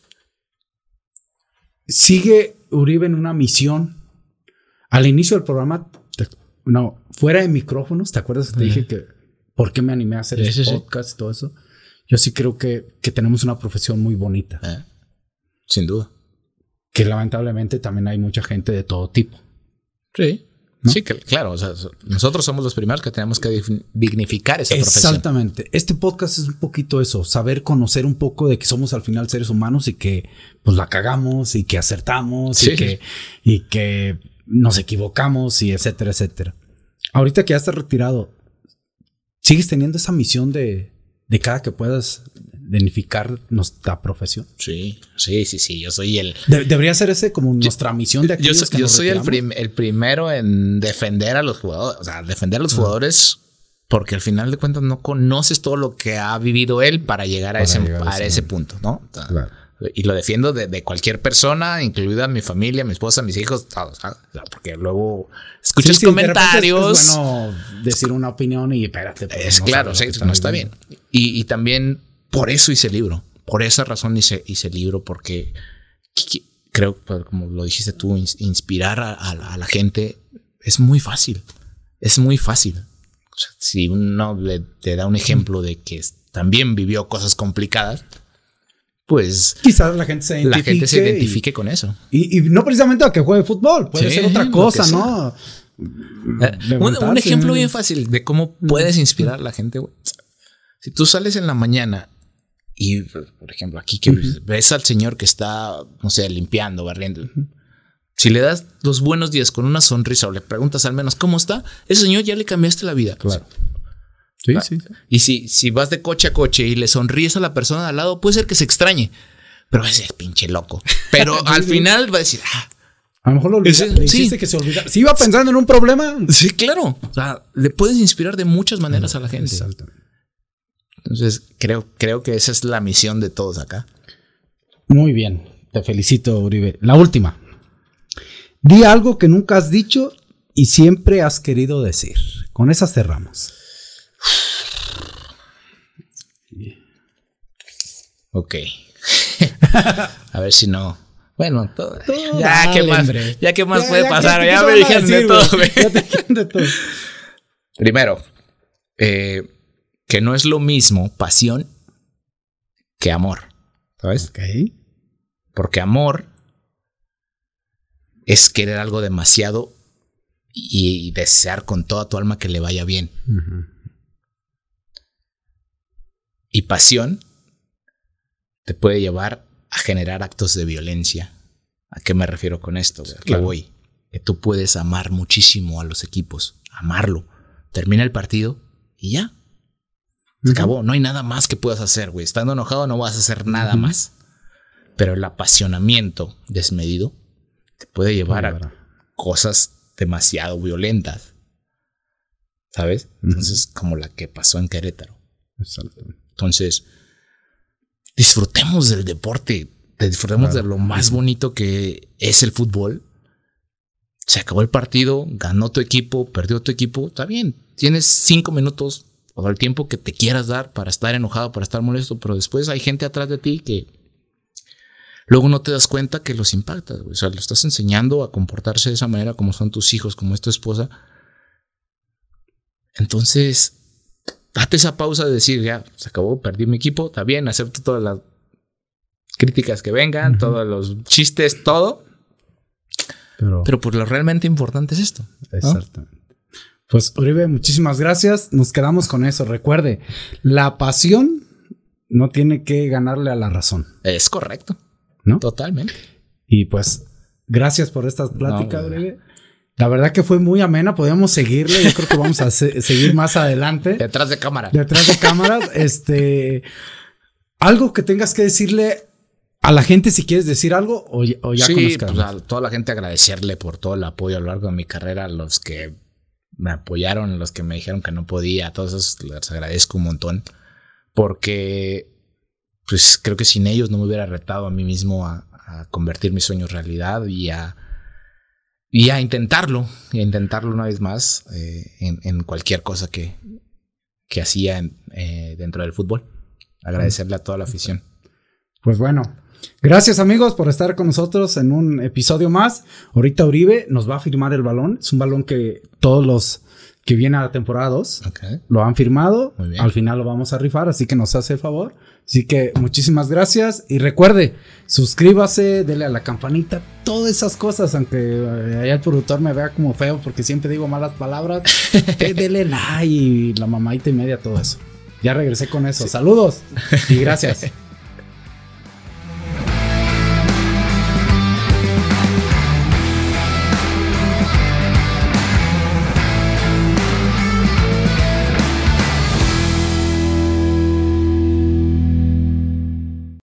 Sigue Uribe en una misión. Al inicio del programa, te, no, fuera de micrófonos, ¿te acuerdas que te uh-huh. dije que por qué me animé a hacer sí, este sí, podcast sí. y todo eso? Yo sí creo que, que tenemos una profesión muy bonita. ¿Eh? Sin duda. Que lamentablemente también hay mucha gente de todo tipo. Sí. ¿No? Sí, que, claro. O sea, nosotros somos los primeros que tenemos que dignificar esa profesión. Exactamente. Este podcast es un poquito eso. Saber conocer un poco de que somos al final seres humanos y que pues la cagamos y que acertamos sí. y, que, y que nos equivocamos y etcétera, etcétera. Ahorita que ya estás retirado, ¿sigues teniendo esa misión de, de cada que puedas dignificar nuestra profesión? Sí, sí, sí, sí. Yo soy el... De, debería ser ese como nuestra misión de aquellos Yo, so, que yo nos soy el, prim, el primero en defender a los jugadores. O sea, defender a los uh-huh. jugadores porque al final de cuentas no conoces todo lo que ha vivido él para llegar a, para ese, llegar a ese, a ese punto, ¿no? O sea, claro. Y lo defiendo de, de cualquier persona, incluida mi familia, mi esposa, mis hijos, todos, ¿sabes? O sea, porque luego escuchas sí, sí, comentarios. Es, es bueno decir una opinión y espérate. Es no claro, sí, no está bien. Y, y también por eso hice el libro. Por esa razón hice, hice el libro, porque creo, como lo dijiste tú, inspirar a, a, a la gente es muy fácil. Es muy fácil. O sea, si uno le, te da un ejemplo de que también vivió cosas complicadas, pues quizás la gente se identifique, la gente se identifique y, con eso. Y, y no precisamente a que juegue fútbol, puede sí, ser otra cosa, ¿no? Un, un ejemplo bien fácil de cómo puedes inspirar a la gente. Si tú sales en la mañana y, por ejemplo, aquí que uh-huh. ves al señor que está, no sé, limpiando, barriendo. Uh-huh. Si le das los buenos días con una sonrisa o le preguntas al menos cómo está, ese señor ya le cambiaste la vida. Claro. Sí, sí. Y si, si vas de coche a coche y le sonríes a la persona de al lado, puede ser que se extrañe, pero ese es pinche loco. Pero sí, al sí. final va a decir, ah, a lo mejor lo olvidaste, le hiciste sí. que se olvidara. Si iba pensando en un problema. Sí, claro. O sea, le puedes inspirar de muchas maneras a la gente. Exactamente. Entonces, creo, creo que esa es la misión de todos acá. Muy bien. Te felicito, Uribe. La última. Di algo que nunca has dicho y siempre has querido decir. Con esa cerramos. Ok. A ver si no. Bueno, todo, todo ya, dale, ¿qué más, hombre. ya qué más ya, puede ya, pasar. Ya, ya me dijeron de todo. Ya te dijeron de todo. Primero, eh, que no es lo mismo pasión que amor. ¿Sabes? Ok. Porque amor es querer algo demasiado y, y desear con toda tu alma que le vaya bien. Uh-huh. Y pasión te puede llevar a generar actos de violencia. ¿A qué me refiero con esto? ¿A qué claro. voy? Que tú puedes amar muchísimo a los equipos, amarlo, termina el partido y ya. Se acabó. No hay nada más que puedas hacer, güey. Estando enojado no vas a hacer nada uh-huh. más. Pero el apasionamiento desmedido te puede llevar a verdad. cosas demasiado violentas. ¿Sabes? Uh-huh. Entonces, como la que pasó en Querétaro. Exactamente. Entonces, disfrutemos del deporte. Disfrutemos claro. de lo más bonito que es el fútbol. Se acabó el partido, ganó tu equipo, perdió tu equipo. Está bien. Tienes cinco minutos o el tiempo que te quieras dar para estar enojado, para estar molesto, pero después hay gente atrás de ti que luego no te das cuenta que los impacta. O sea, lo estás enseñando a comportarse de esa manera, como son tus hijos, como es tu esposa. Entonces, date esa pausa de decir, ya, se acabó, perdí mi equipo, está bien, acepto todas las críticas que vengan, uh-huh. todos los chistes, todo. Pero, pero pues lo realmente importante es esto. Exactamente. ¿No? Pues Uribe, muchísimas gracias. Nos quedamos con eso. Recuerde, la pasión no tiene que ganarle a la razón. Es correcto. ¿No? Totalmente. Y pues, gracias por esta plática, no, Uribe. La verdad que fue muy amena. Podemos seguirle. Yo creo que vamos a se- seguir más adelante. Detrás de cámara. Detrás de cámaras. este, algo que tengas que decirle a la gente, si quieres decir algo, o, o ya sí, con los pues a toda la gente agradecerle por todo el apoyo a lo largo de mi carrera, a los que me apoyaron, a los que me dijeron que no podía, a todos esos les agradezco un montón, porque pues creo que sin ellos no me hubiera retado a mí mismo a, a convertir mis sueños en realidad y a, y a intentarlo, y a intentarlo una vez más eh, en, en cualquier cosa que, que hacía en, eh, dentro del fútbol. Agradecerle a toda la afición. Pues bueno, gracias amigos por estar con nosotros en un episodio más. Ahorita Uribe nos va a firmar el balón. Es un balón que todos los que vienen a la temporada dos okay. lo han firmado. Al final lo vamos a rifar, así que nos hace el favor. Así que muchísimas gracias. Y recuerde, suscríbase, dele a la campanita, todas esas cosas. Aunque allá el productor me vea como feo porque siempre digo malas palabras. eh, dele like y la mamadita y media, todo eso. Ya regresé con eso. Sí. Saludos y gracias.